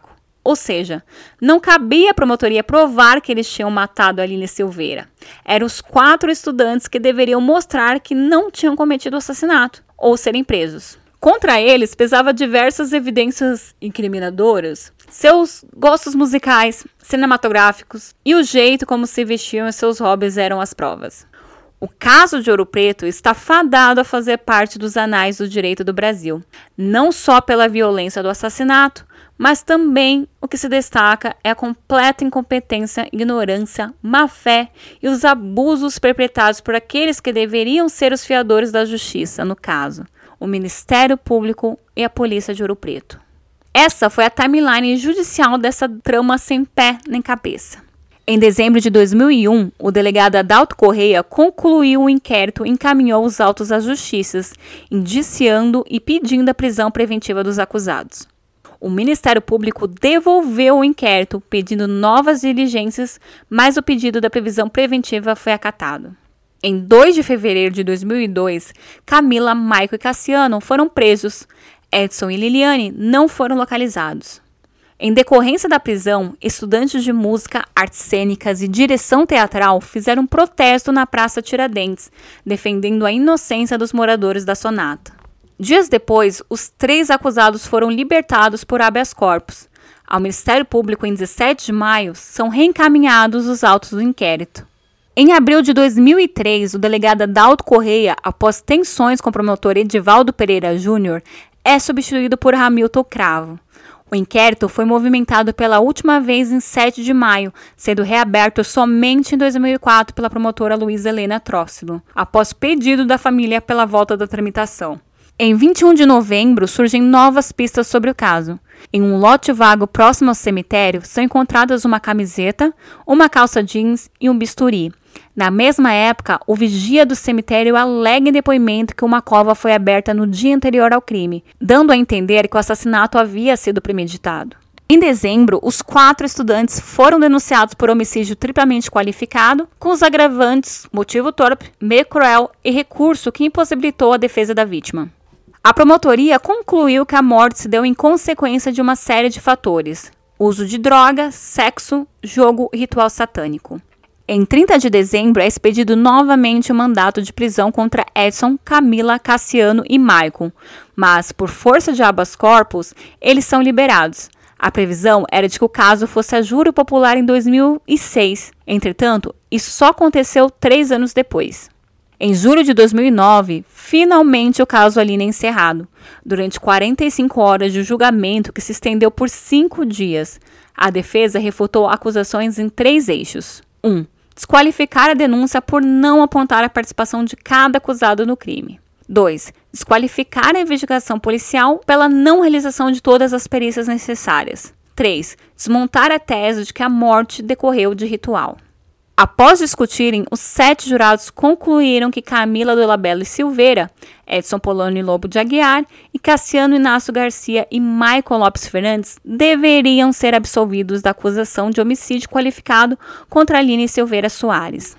Ou seja, não cabia à promotoria provar que eles tinham matado a Aline Silveira. Eram os quatro estudantes que deveriam mostrar que não tinham cometido o assassinato ou serem presos. Contra eles pesava diversas evidências incriminadoras, seus gostos musicais, cinematográficos e o jeito como se vestiam e seus hobbies eram as provas. O caso de Ouro Preto está fadado a fazer parte dos anais do direito do Brasil, não só pela violência do assassinato, mas também o que se destaca é a completa incompetência, ignorância, má-fé e os abusos perpetrados por aqueles que deveriam ser os fiadores da justiça, no caso, o Ministério Público e a Polícia de Ouro Preto. Essa foi a timeline judicial dessa trama sem pé nem cabeça. Em dezembro de dois mil e um, o delegado Adalto Correia concluiu o inquérito e encaminhou os autos às justiças, indiciando e pedindo a prisão preventiva dos acusados. O Ministério Público devolveu o inquérito, pedindo novas diligências, mas o pedido da prisão preventiva foi acatado. Em dois de fevereiro de dois mil e dois, Camila, Maico e Cassiano foram presos. Edson e Liliane não foram localizados. Em decorrência da prisão, estudantes de música, artes cênicas e direção teatral fizeram um protesto na Praça Tiradentes, defendendo a inocência dos moradores da Sonata. Dias depois, os três acusados foram libertados por habeas corpus. Ao Ministério Público, em dezessete de maio, são reencaminhados os autos do inquérito. Em abril de dois mil e três, o delegado Adalto Correia, após tensões com o promotor Edivaldo Pereira Júnior, é substituído por Hamilton Cravo. O inquérito foi movimentado pela última vez em sete de maio, sendo reaberto somente em dois mil e quatro pela promotora Luísa Helena Trócilo, após pedido da família pela volta da tramitação. Em vinte e um de novembro, surgem novas pistas sobre o caso. Em um lote vago próximo ao cemitério, são encontradas uma camiseta, uma calça jeans e um bisturi. Na mesma época, o vigia do cemitério alega em depoimento que uma cova foi aberta no dia anterior ao crime, dando a entender que o assassinato havia sido premeditado. Em dezembro, os quatro estudantes foram denunciados por homicídio triplamente qualificado, com os agravantes motivo torpe, meio cruel e recurso que impossibilitou a defesa da vítima. A promotoria concluiu que a morte se deu em consequência de uma série de fatores: uso de droga, sexo, jogo e ritual satânico. Em trinta de dezembro, é expedido novamente o mandato de prisão contra Edson, Camila, Cassiano e Maicon, mas, por força de habeas corpus, eles são liberados. A previsão era de que o caso fosse a júri popular em dois mil e seis. Entretanto, isso só aconteceu três anos depois. Em julho de dois mil e nove, finalmente o caso Aline é encerrado. Durante quarenta e cinco horas de julgamento que se estendeu por cinco dias, a defesa refutou acusações em três eixos. um. Desqualificar a denúncia por não apontar a participação de cada acusado no crime. dois. Desqualificar a investigação policial pela não realização de todas as perícias necessárias. três. Desmontar a tese de que a morte decorreu de ritual. Após discutirem, os sete jurados concluíram que Camila Dolabella e Silveira, Edson Polônio Lobo de Aguiar e Cassiano Inácio Garcia e Maicon Lopes Fernandes deveriam ser absolvidos da acusação de homicídio qualificado contra Aline Silveira Soares.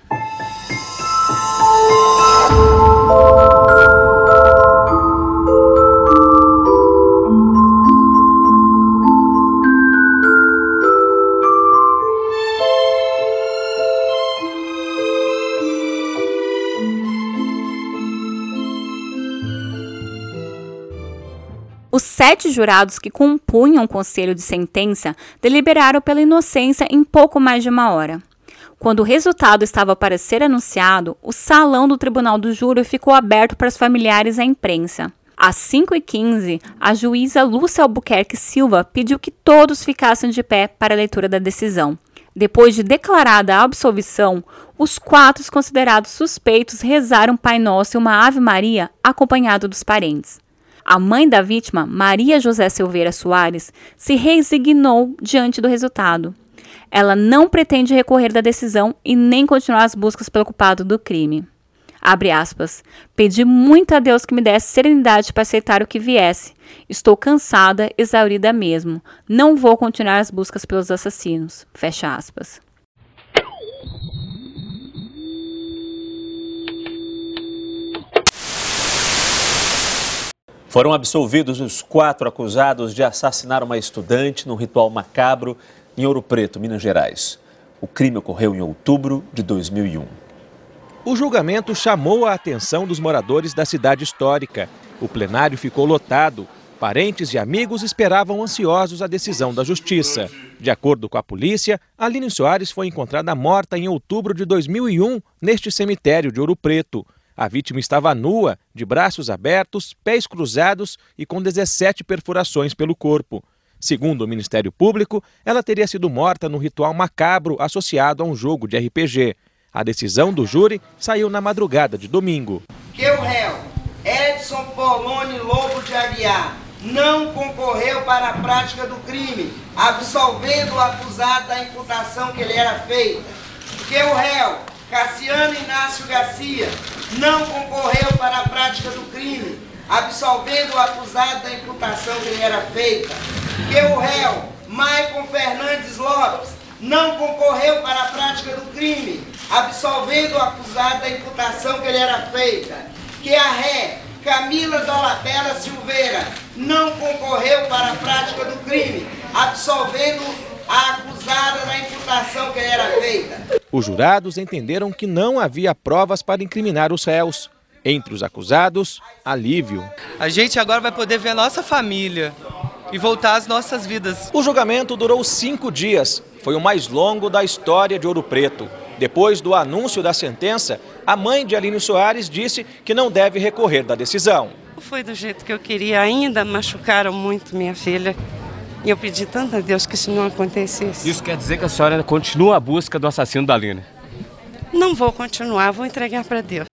Os sete jurados que compunham o conselho de sentença deliberaram pela inocência em pouco mais de uma hora. Quando o resultado estava para ser anunciado, o salão do tribunal do júri ficou aberto para os familiares e a imprensa. Às cinco e quinze, a juíza Lúcia Albuquerque Silva pediu que todos ficassem de pé para a leitura da decisão. Depois de declarada a absolvição, os quatro considerados suspeitos rezaram Pai Nosso e uma Ave Maria acompanhado dos parentes. A mãe da vítima, Maria José Silveira Soares, se resignou diante do resultado. Ela não pretende recorrer da decisão e nem continuar as buscas pelo culpado do crime. Abre aspas. Pedi muito a Deus que me desse serenidade para aceitar o que viesse. Estou cansada, exaurida mesmo. Não vou continuar as buscas pelos assassinos. Fecha aspas. Foram absolvidos os quatro acusados de assassinar uma estudante num ritual macabro em Ouro Preto, Minas Gerais. O crime ocorreu em outubro de dois mil e um. O julgamento chamou a atenção dos moradores da cidade histórica. O plenário ficou lotado. Parentes e amigos esperavam ansiosos a decisão da justiça. De acordo com a polícia, Aline Soares foi encontrada morta em outubro de dois mil e um neste cemitério de Ouro Preto. A vítima estava nua, de braços abertos, pés cruzados e com dezessete perfurações pelo corpo. Segundo o Ministério Público, ela teria sido morta num ritual macabro associado a um jogo de R P G. A decisão do júri saiu na madrugada de domingo. Que o réu Edson Poloni Lobo de Aguiar não concorreu para a prática do crime, absolvendo o acusado da imputação que lhe era feita. Que o réu Cassiano Inácio Garcia não concorreu para a prática do crime, absolvendo o acusado da imputação que lhe era feita. Que o réu Maicon Fernandes Lopes não concorreu para a prática do crime, absolvendo o acusado da imputação que lhe era feita. Que a ré Camila Dolabella Silveira não concorreu para a prática do crime, absolvendo a acusada da imputação que lhe era feita. Os jurados entenderam que não havia provas para incriminar os réus. Entre os acusados, alívio. A gente agora vai poder ver a nossa família e voltar às nossas vidas. O julgamento durou cinco dias. Foi o mais longo da história de Ouro Preto. Depois do anúncio da sentença, a mãe de Aline Soares disse que não deve recorrer da decisão. Foi do jeito que eu queria, ainda machucaram muito minha filha. E eu pedi tanto a Deus que isso não acontecesse. Isso quer dizer que a senhora continua a busca do assassino da Aline? Não vou continuar, vou entregar para Deus.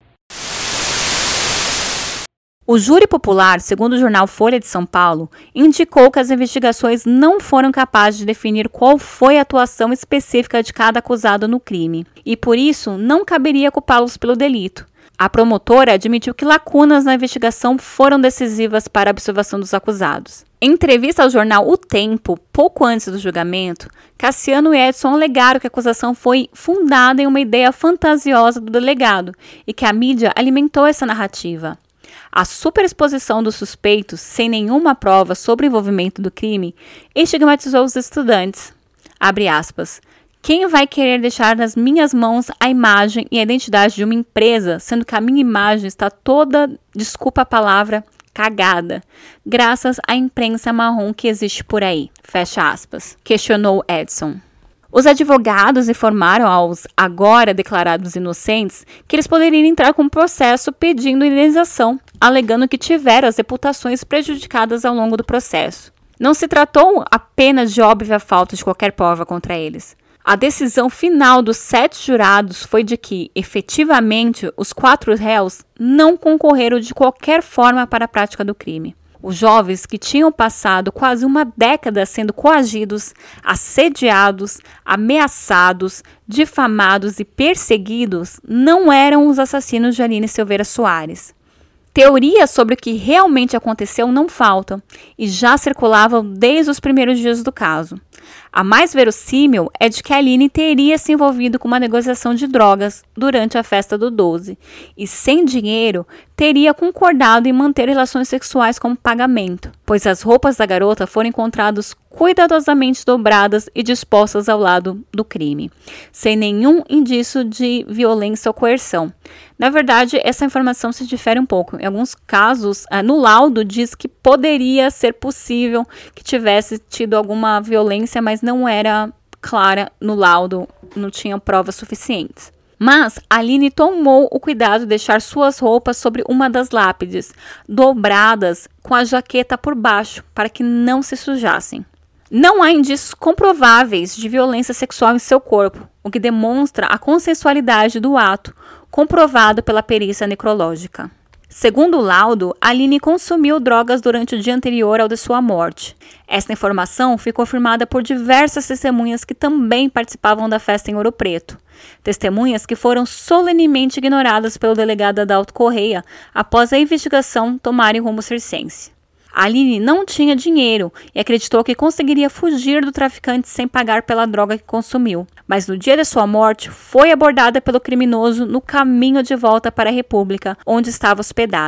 O júri popular, segundo o jornal Folha de São Paulo, indicou que as investigações não foram capazes de definir qual foi a atuação específica de cada acusado no crime, e por isso não caberia culpá-los pelo delito. A promotora admitiu que lacunas na investigação foram decisivas para a absolvição dos acusados. Em entrevista ao jornal O Tempo, pouco antes do julgamento, Cassiano e Edson alegaram que a acusação foi fundada em uma ideia fantasiosa do delegado e que a mídia alimentou essa narrativa. A superexposição dos suspeitos, sem nenhuma prova sobre o envolvimento do crime, estigmatizou os estudantes. Abre aspas. Quem vai querer deixar nas minhas mãos a imagem e a identidade de uma empresa, sendo que a minha imagem está toda, desculpa a palavra, cagada, graças à imprensa marrom que existe por aí? Fecha aspas. Questionou Edson. Os advogados informaram aos agora declarados inocentes que eles poderiam entrar com um processo pedindo indenização, alegando que tiveram as reputações prejudicadas ao longo do processo. Não se tratou apenas de óbvia falta de qualquer prova contra eles. A decisão final dos sete jurados foi de que, efetivamente, os quatro réus não concorreram de qualquer forma para a prática do crime. Os jovens que tinham passado quase uma década sendo coagidos, assediados, ameaçados, difamados e perseguidos não eram os assassinos de Aline Silveira Soares. Teorias sobre o que realmente aconteceu não faltam e já circulavam desde os primeiros dias do caso. A mais verossímil é de que a Aline teria se envolvido com uma negociação de drogas durante a festa do doze e, sem dinheiro, teria concordado em manter relações sexuais como pagamento, pois as roupas da garota foram encontradas cuidadosamente dobradas e dispostas ao lado do crime, sem nenhum indício de violência ou coerção. Na verdade, essa informação se difere um pouco. Em alguns casos, no laudo diz que poderia ser possível que tivesse tido alguma violência, mas não era clara no laudo, não tinha provas suficientes. Mas Aline tomou o cuidado de deixar suas roupas sobre uma das lápides, dobradas com a jaqueta por baixo, para que não se sujassem. Não há indícios comprováveis de violência sexual em seu corpo, o que demonstra a consensualidade do ato, comprovado pela perícia necrológica. Segundo o laudo, Aline consumiu drogas durante o dia anterior ao de sua morte. Esta informação foi confirmada por diversas testemunhas que também participavam da festa em Ouro Preto. Testemunhas que foram solenemente ignoradas pelo delegado Adalto Correia após a investigação tomarem rumo circense. Aline não tinha dinheiro e acreditou que conseguiria fugir do traficante sem pagar pela droga que consumiu. Mas no dia de sua morte, foi abordada pelo criminoso no caminho de volta para a República, onde estava hospedada.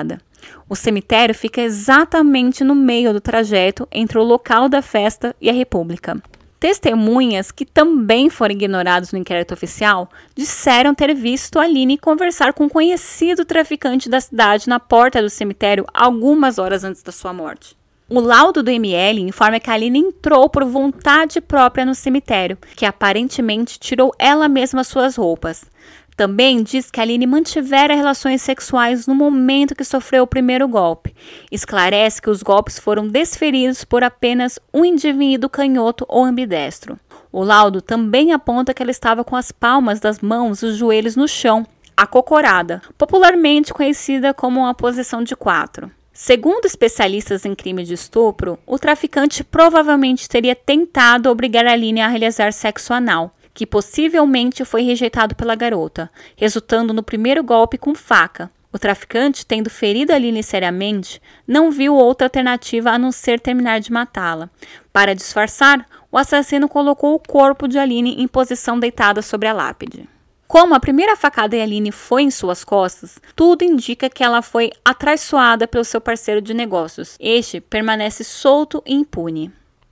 O cemitério fica exatamente no meio do trajeto entre o local da festa e a República. Testemunhas, que também foram ignoradas no inquérito oficial, disseram ter visto Aline conversar com um conhecido traficante da cidade na porta do cemitério algumas horas antes da sua morte. O laudo do M L informa que a Aline entrou por vontade própria no cemitério, que aparentemente tirou ela mesma suas roupas. Também diz que a Aline mantivera relações sexuais no momento que sofreu o primeiro golpe. Esclarece que os golpes foram desferidos por apenas um indivíduo canhoto ou ambidestro. O laudo também aponta que ela estava com as palmas das mãos e os joelhos no chão, acocorada, popularmente conhecida como uma posição de quatro. Segundo especialistas em crime de estupro, o traficante provavelmente teria tentado obrigar a Aline a realizar sexo anal, que possivelmente foi rejeitado pela garota, resultando no primeiro golpe com faca. O traficante, tendo ferido a Aline seriamente, não viu outra alternativa a não ser terminar de matá-la. Para disfarçar, o assassino colocou o corpo de Aline em posição deitada sobre a lápide. Como a primeira facada de Aline foi em suas costas, tudo indica que ela foi atraiçoada pelo seu parceiro de negócios. Este permanece solto e impune.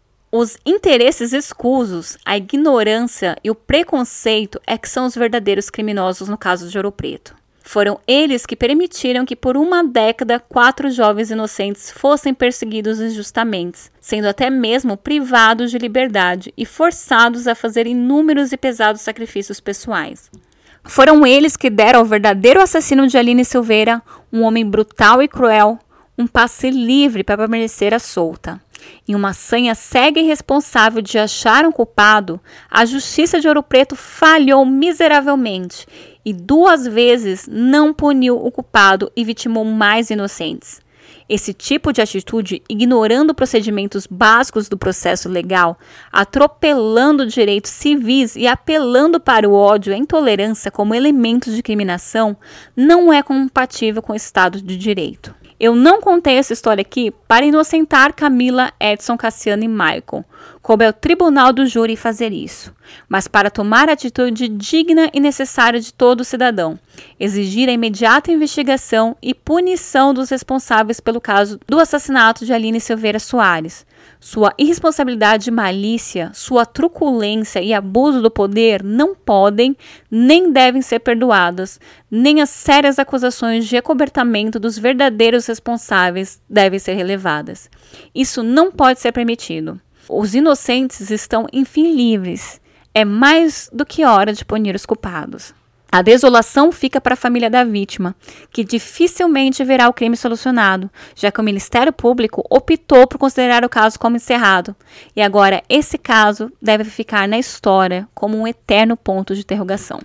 Os interesses escusos, a ignorância e o preconceito é que são os verdadeiros criminosos no caso de Ouro Preto. Foram eles que permitiram que por uma década quatro jovens inocentes fossem perseguidos injustamente, sendo até mesmo privados de liberdade e forçados a fazer inúmeros e pesados sacrifícios pessoais. Foram eles que deram ao verdadeiro assassino de Aline Silveira, um homem brutal e cruel, um passe livre para permanecer à solta. Em uma sanha cega e irresponsável de achar um culpado, a justiça de Ouro Preto falhou miseravelmente e duas vezes não puniu o culpado e vitimou mais inocentes. Esse tipo de atitude, ignorando procedimentos básicos do processo legal, atropelando direitos civis e apelando para o ódio e a intolerância como elementos de criminação, não é compatível com o Estado de Direito. Eu não contei essa história aqui para inocentar Camila, Edson, Cassiano e Michael, como é o tribunal do júri fazer isso, mas para tomar a atitude digna e necessária de todo cidadão, exigir a imediata investigação e punição dos responsáveis pelo caso do assassinato de Aline Silveira Soares. Sua irresponsabilidade e malícia, sua truculência e abuso do poder não podem nem devem ser perdoadas, nem as sérias acusações de acobertamento dos verdadeiros responsáveis devem ser relevadas. Isso não pode ser permitido. Os inocentes estão, enfim, livres. É mais do que hora de punir os culpados. A desolação fica para a família da vítima, que dificilmente verá o crime solucionado, já que o Ministério Público optou por considerar o caso como encerrado. E agora esse caso deve ficar na história como um eterno ponto de interrogação.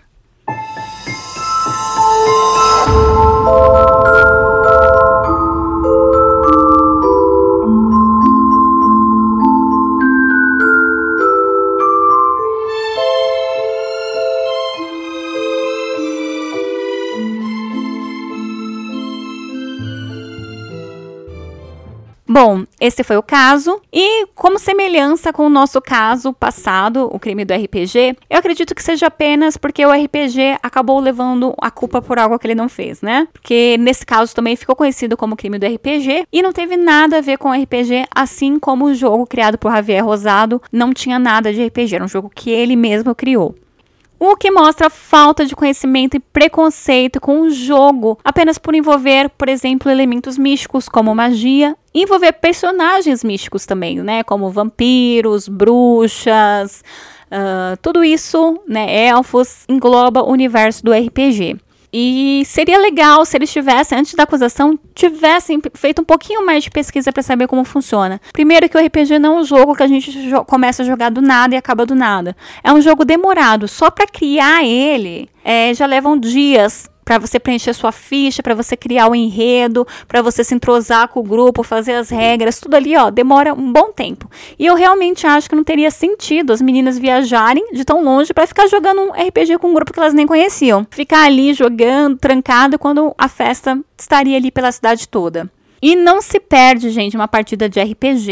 Bom, esse foi o caso e como semelhança com o nosso caso passado, o crime do R P G, eu acredito que seja apenas porque o R P G acabou levando a culpa por algo que ele não fez, né? Porque nesse caso também ficou conhecido como crime do R P G e não teve nada a ver com o R P G, assim como o jogo criado por Javier Rosado não tinha nada de R P G, era um jogo que ele mesmo criou. O que mostra falta de conhecimento e preconceito com o jogo, apenas por envolver, por exemplo, elementos místicos como magia, e envolver personagens místicos também, né, como vampiros, bruxas, uh, tudo isso, né, elfos, engloba o universo do R P G. E seria legal se eles tivessem, antes da acusação, tivessem feito um pouquinho mais de pesquisa para saber como funciona. Primeiro que o R P G não é um jogo que a gente começa a jogar do nada e acaba do nada. É um jogo demorado. Só para criar ele, é, já levam dias para você preencher sua ficha, para você criar o enredo, para você se entrosar com o grupo, fazer as regras, tudo ali, ó, demora um bom tempo. E eu realmente acho que não teria sentido as meninas viajarem de tão longe para ficar jogando um R P G com um grupo que elas nem conheciam. Ficar ali jogando, trancado, quando a festa estaria ali pela cidade toda. E não se perde, gente, uma partida de R P G.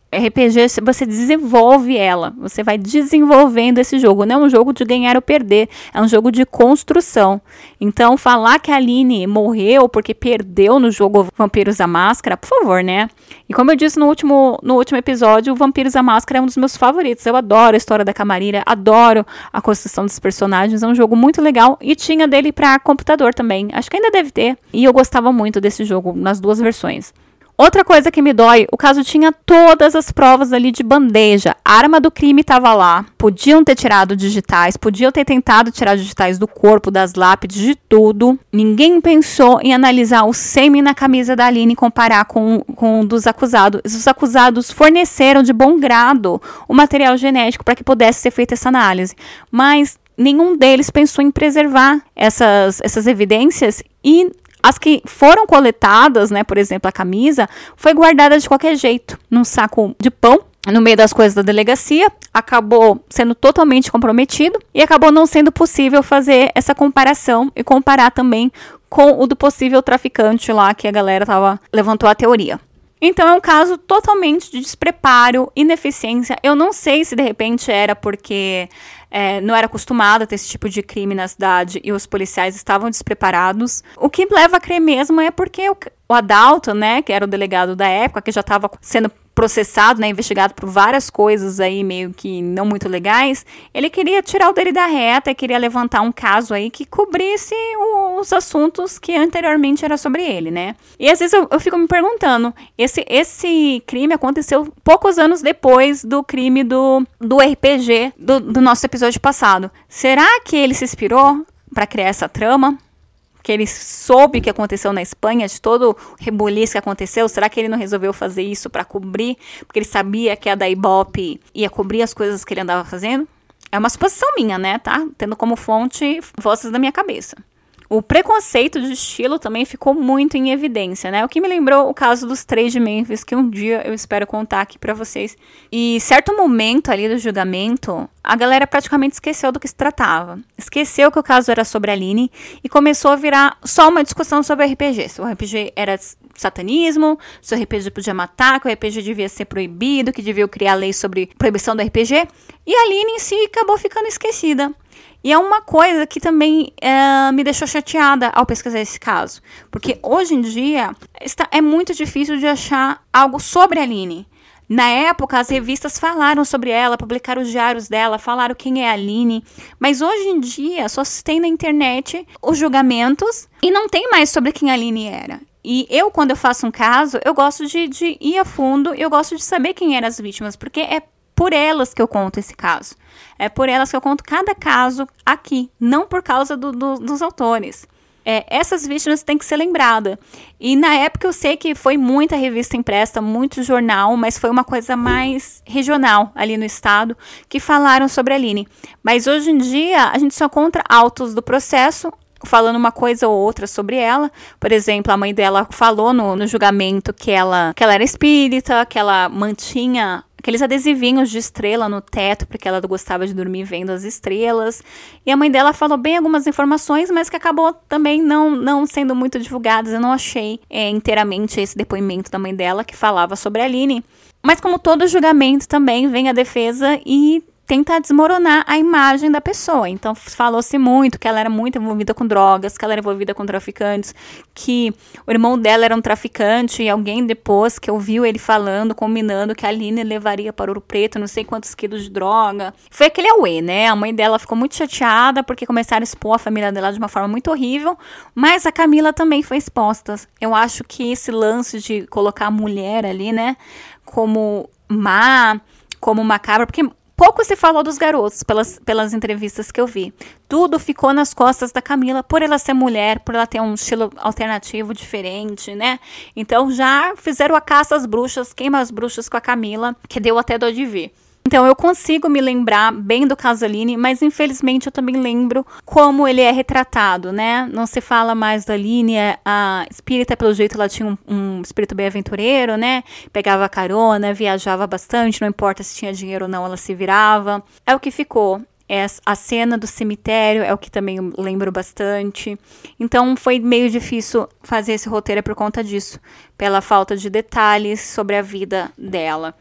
R P G, você desenvolve ela, você vai desenvolvendo esse jogo, não é um jogo de ganhar ou perder, é um jogo de construção. Então, falar que a Aline morreu porque perdeu no jogo Vampiros da Máscara, por favor, né? E como eu disse no último, no último episódio, o Vampiros da Máscara é um dos meus favoritos, eu adoro a história da Camarilla, adoro a construção dos personagens, é um jogo muito legal, e tinha dele para computador também, acho que ainda deve ter, e eu gostava muito desse jogo nas duas versões. Outra coisa que me dói, o caso tinha todas as provas ali de bandeja. A arma do crime estava lá. Podiam ter tirado digitais, podiam ter tentado tirar digitais do corpo, das lápides, de tudo. Ninguém pensou em analisar o sêmen na camisa da Aline e comparar com, com o dos acusados. Os acusados forneceram de bom grado o material genético para que pudesse ser feita essa análise. Mas nenhum deles pensou em preservar essas, essas evidências, e as que foram coletadas, né, por exemplo, a camisa, foi guardada de qualquer jeito, num saco de pão, no meio das coisas da delegacia, acabou sendo totalmente comprometido e acabou não sendo possível fazer essa comparação e comparar também com o do possível traficante lá, que a galera tava, levantou a teoria. Então é um caso totalmente de despreparo, ineficiência. Eu não sei se de repente era porque é, não era acostumado a ter esse tipo de crime na cidade e os policiais estavam despreparados. O que leva a crer mesmo é porque o, o Adalto, né, que era o delegado da época, que já estava sendo processado, né, investigado por várias coisas aí meio que não muito legais, ele queria tirar o dele da reta e queria levantar um caso aí que cobrisse os assuntos que anteriormente era sobre ele, né? E às vezes eu, eu fico me perguntando, esse, esse crime aconteceu poucos anos depois do crime do, do R P G do, do nosso episódio passado. Será que ele se inspirou para criar essa trama? Que ele soube o que aconteceu na Espanha, de todo o rebuliço que aconteceu? Será que ele não resolveu fazer isso para cobrir? Porque ele sabia que a da Ibope ia cobrir as coisas que ele andava fazendo? É uma suposição minha, né, tá? Tendo como fonte vozes da minha cabeça. O preconceito de estilo também ficou muito em evidência, né? O que me lembrou o caso dos três de Memphis, que um dia eu espero contar aqui pra vocês. E certo momento ali do julgamento, a galera praticamente esqueceu do que se tratava. Esqueceu que o caso era sobre a Aline e começou a virar só uma discussão sobre R P G. Se o R P G era satanismo, se o R P G podia matar, que o R P G devia ser proibido, que devia criar lei sobre proibição do R P G. E a Aline em si acabou ficando esquecida. E é uma coisa que também é, me deixou chateada ao pesquisar esse caso. Porque hoje em dia está, é muito difícil de achar algo sobre a Aline. Na época, as revistas falaram sobre ela, publicaram os diários dela, falaram quem é a Aline. Mas hoje em dia, só se tem na internet os julgamentos e não tem mais sobre quem a Aline era. E eu, quando eu faço um caso, eu gosto de, de ir a fundo, eu gosto de saber quem eram as vítimas, porque é por elas que eu conto esse caso. É por elas que eu conto cada caso aqui, não por causa do, do, dos autores. É, essas vítimas têm que ser lembradas. E na época eu sei que foi muita revista impressa, muito jornal, mas foi uma coisa mais regional ali no estado que falaram sobre a Aline. Mas hoje em dia a gente só encontra autos do processo falando uma coisa ou outra sobre ela. Por exemplo, a mãe dela falou no, no julgamento que ela, que ela era espírita, que ela mantinha aqueles adesivinhos de estrela no teto, porque ela gostava de dormir vendo as estrelas. E a mãe dela falou bem algumas informações, mas que acabou também não, não sendo muito divulgadas. Eu não achei é, inteiramente esse depoimento da mãe dela que falava sobre a Aline. Mas como todo julgamento também vem a defesa e tenta desmoronar a imagem da pessoa. Então, falou-se muito que ela era muito envolvida com drogas, que ela era envolvida com traficantes, que o irmão dela era um traficante, e alguém depois que ouviu ele falando, combinando que a Aline levaria para Ouro Preto não sei quantos quilos de droga. Foi aquele auê, né? A mãe dela ficou muito chateada porque começaram a expor a família dela de uma forma muito horrível, mas a Camila também foi exposta. Eu acho que esse lance de colocar a mulher ali, né, como má, como macabra, porque pouco se falou dos garotos pelas, pelas entrevistas que eu vi. Tudo ficou nas costas da Camila, por ela ser mulher, por ela ter um estilo alternativo diferente, né? Então já fizeram a caça às bruxas, queima as bruxas com a Camila, que deu até dó de ver. Então eu consigo me lembrar bem do caso Aline, mas infelizmente eu também lembro como ele é retratado, né? Não se fala mais da Aline, a espírita, pelo jeito ela tinha um, um espírito bem aventureiro, né? Pegava carona, viajava bastante, não importa se tinha dinheiro ou não, ela se virava. É o que ficou. É a cena do cemitério é o que também eu lembro bastante. Então foi meio difícil fazer esse roteiro por conta disso, pela falta de detalhes sobre a vida dela.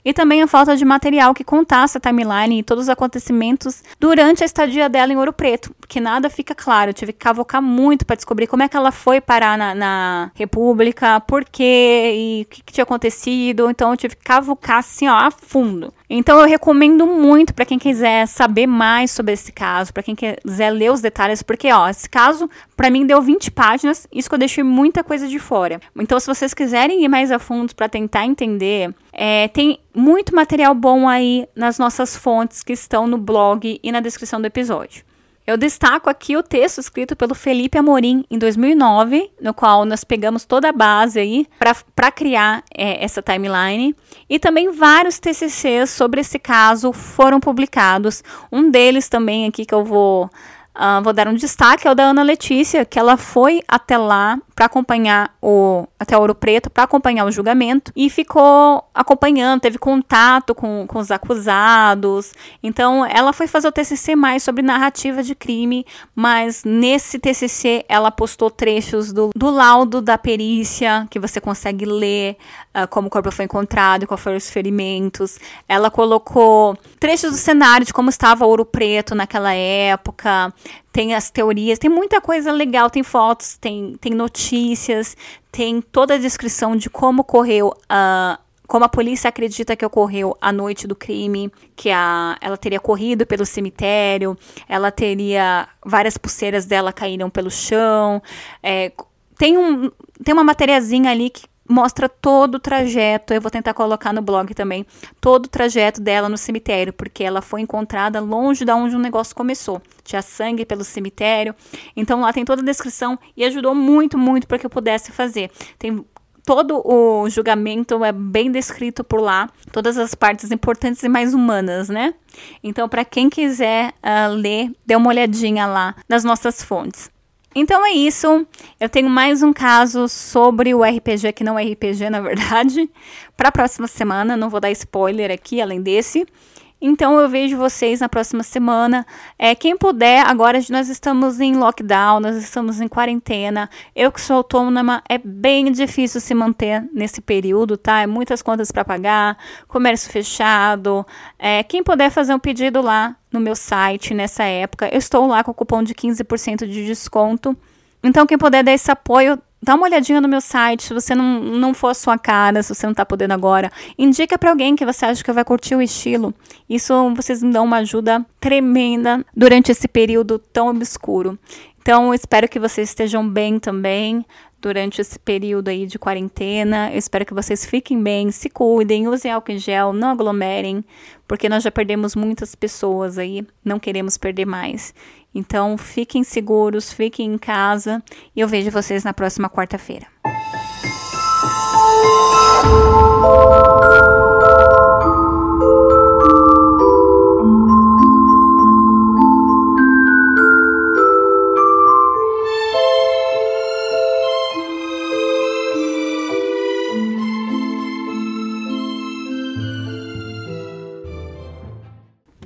e também a falta de material que contasse a timeline e todos os acontecimentos durante a estadia dela em Ouro Preto, porque nada fica claro. Eu tive que cavocar muito para descobrir como é que ela foi parar na, na República, por quê e o que, que tinha acontecido. Então eu tive que cavocar assim, ó, a fundo. Então eu recomendo muito para quem quiser saber mais sobre esse caso, para quem quiser ler os detalhes, porque ó, esse caso para mim deu vinte páginas, isso que eu deixei muita coisa de fora. Então se vocês quiserem ir mais a fundo para tentar entender, é, tem muito material bom aí nas nossas fontes que estão no blog e na descrição do episódio. Eu destaco aqui o texto escrito pelo Felipe Amorim em dois mil e nove, no qual nós pegamos toda a base aí para criar é, essa timeline. E também vários T C Cs sobre esse caso foram publicados. Um deles também aqui que eu vou, uh, vou dar um destaque é o da Ana Letícia, que ela foi até lá para acompanhar o até Ouro Preto para acompanhar o julgamento e ficou acompanhando, teve contato com, com os acusados. Então ela foi fazer o T C C mais sobre narrativa de crime, mas nesse T C C ela postou trechos do, do laudo da perícia que você consegue ler, uh, como o corpo foi encontrado, quais foram os ferimentos. Ela colocou trechos do cenário de como estava Ouro Preto naquela época. Tem as teorias, tem muita coisa legal, tem fotos, tem, tem notícias, tem toda a descrição de como ocorreu, uh, como a polícia acredita que ocorreu a noite do crime, que a, ela teria corrido pelo cemitério, ela teria, várias pulseiras dela caíram pelo chão, é, tem, um, tem uma matériazinha ali que mostra todo o trajeto, eu vou tentar colocar no blog também, todo o trajeto dela no cemitério, porque ela foi encontrada longe de onde o negócio começou. Tinha sangue pelo cemitério, então lá tem toda a descrição e ajudou muito, muito para que eu pudesse fazer. Tem todo o julgamento é bem descrito por lá, todas as partes importantes e mais humanas, né? Então, para quem quiser uh, ler, dê uma olhadinha lá nas nossas fontes. Então é isso, eu tenho mais um caso sobre o R P G, que não é R P G na verdade, para a próxima semana, não vou dar spoiler aqui além desse. Então eu vejo vocês na próxima semana. É, quem puder, agora nós estamos em lockdown, nós estamos em quarentena. Eu que sou autônoma, é bem difícil se manter nesse período, tá? É muitas contas para pagar, comércio fechado. É, quem puder fazer um pedido lá no meu site nessa época, eu estou lá com o cupom de quinze por cento de desconto. Então quem puder dar esse apoio, dá uma olhadinha no meu site, se você não, não for a sua cara, se você não tá podendo agora, indica para alguém que você acha que vai curtir o estilo. Isso vocês me dão uma ajuda tremenda durante esse período tão obscuro. Então, eu espero que vocês estejam bem também durante esse período aí de quarentena. Eu espero que vocês fiquem bem, se cuidem, usem álcool em gel, não aglomerem, porque nós já perdemos muitas pessoas aí, não queremos perder mais. Então, fiquem seguros, fiquem em casa e eu vejo vocês na próxima quarta-feira.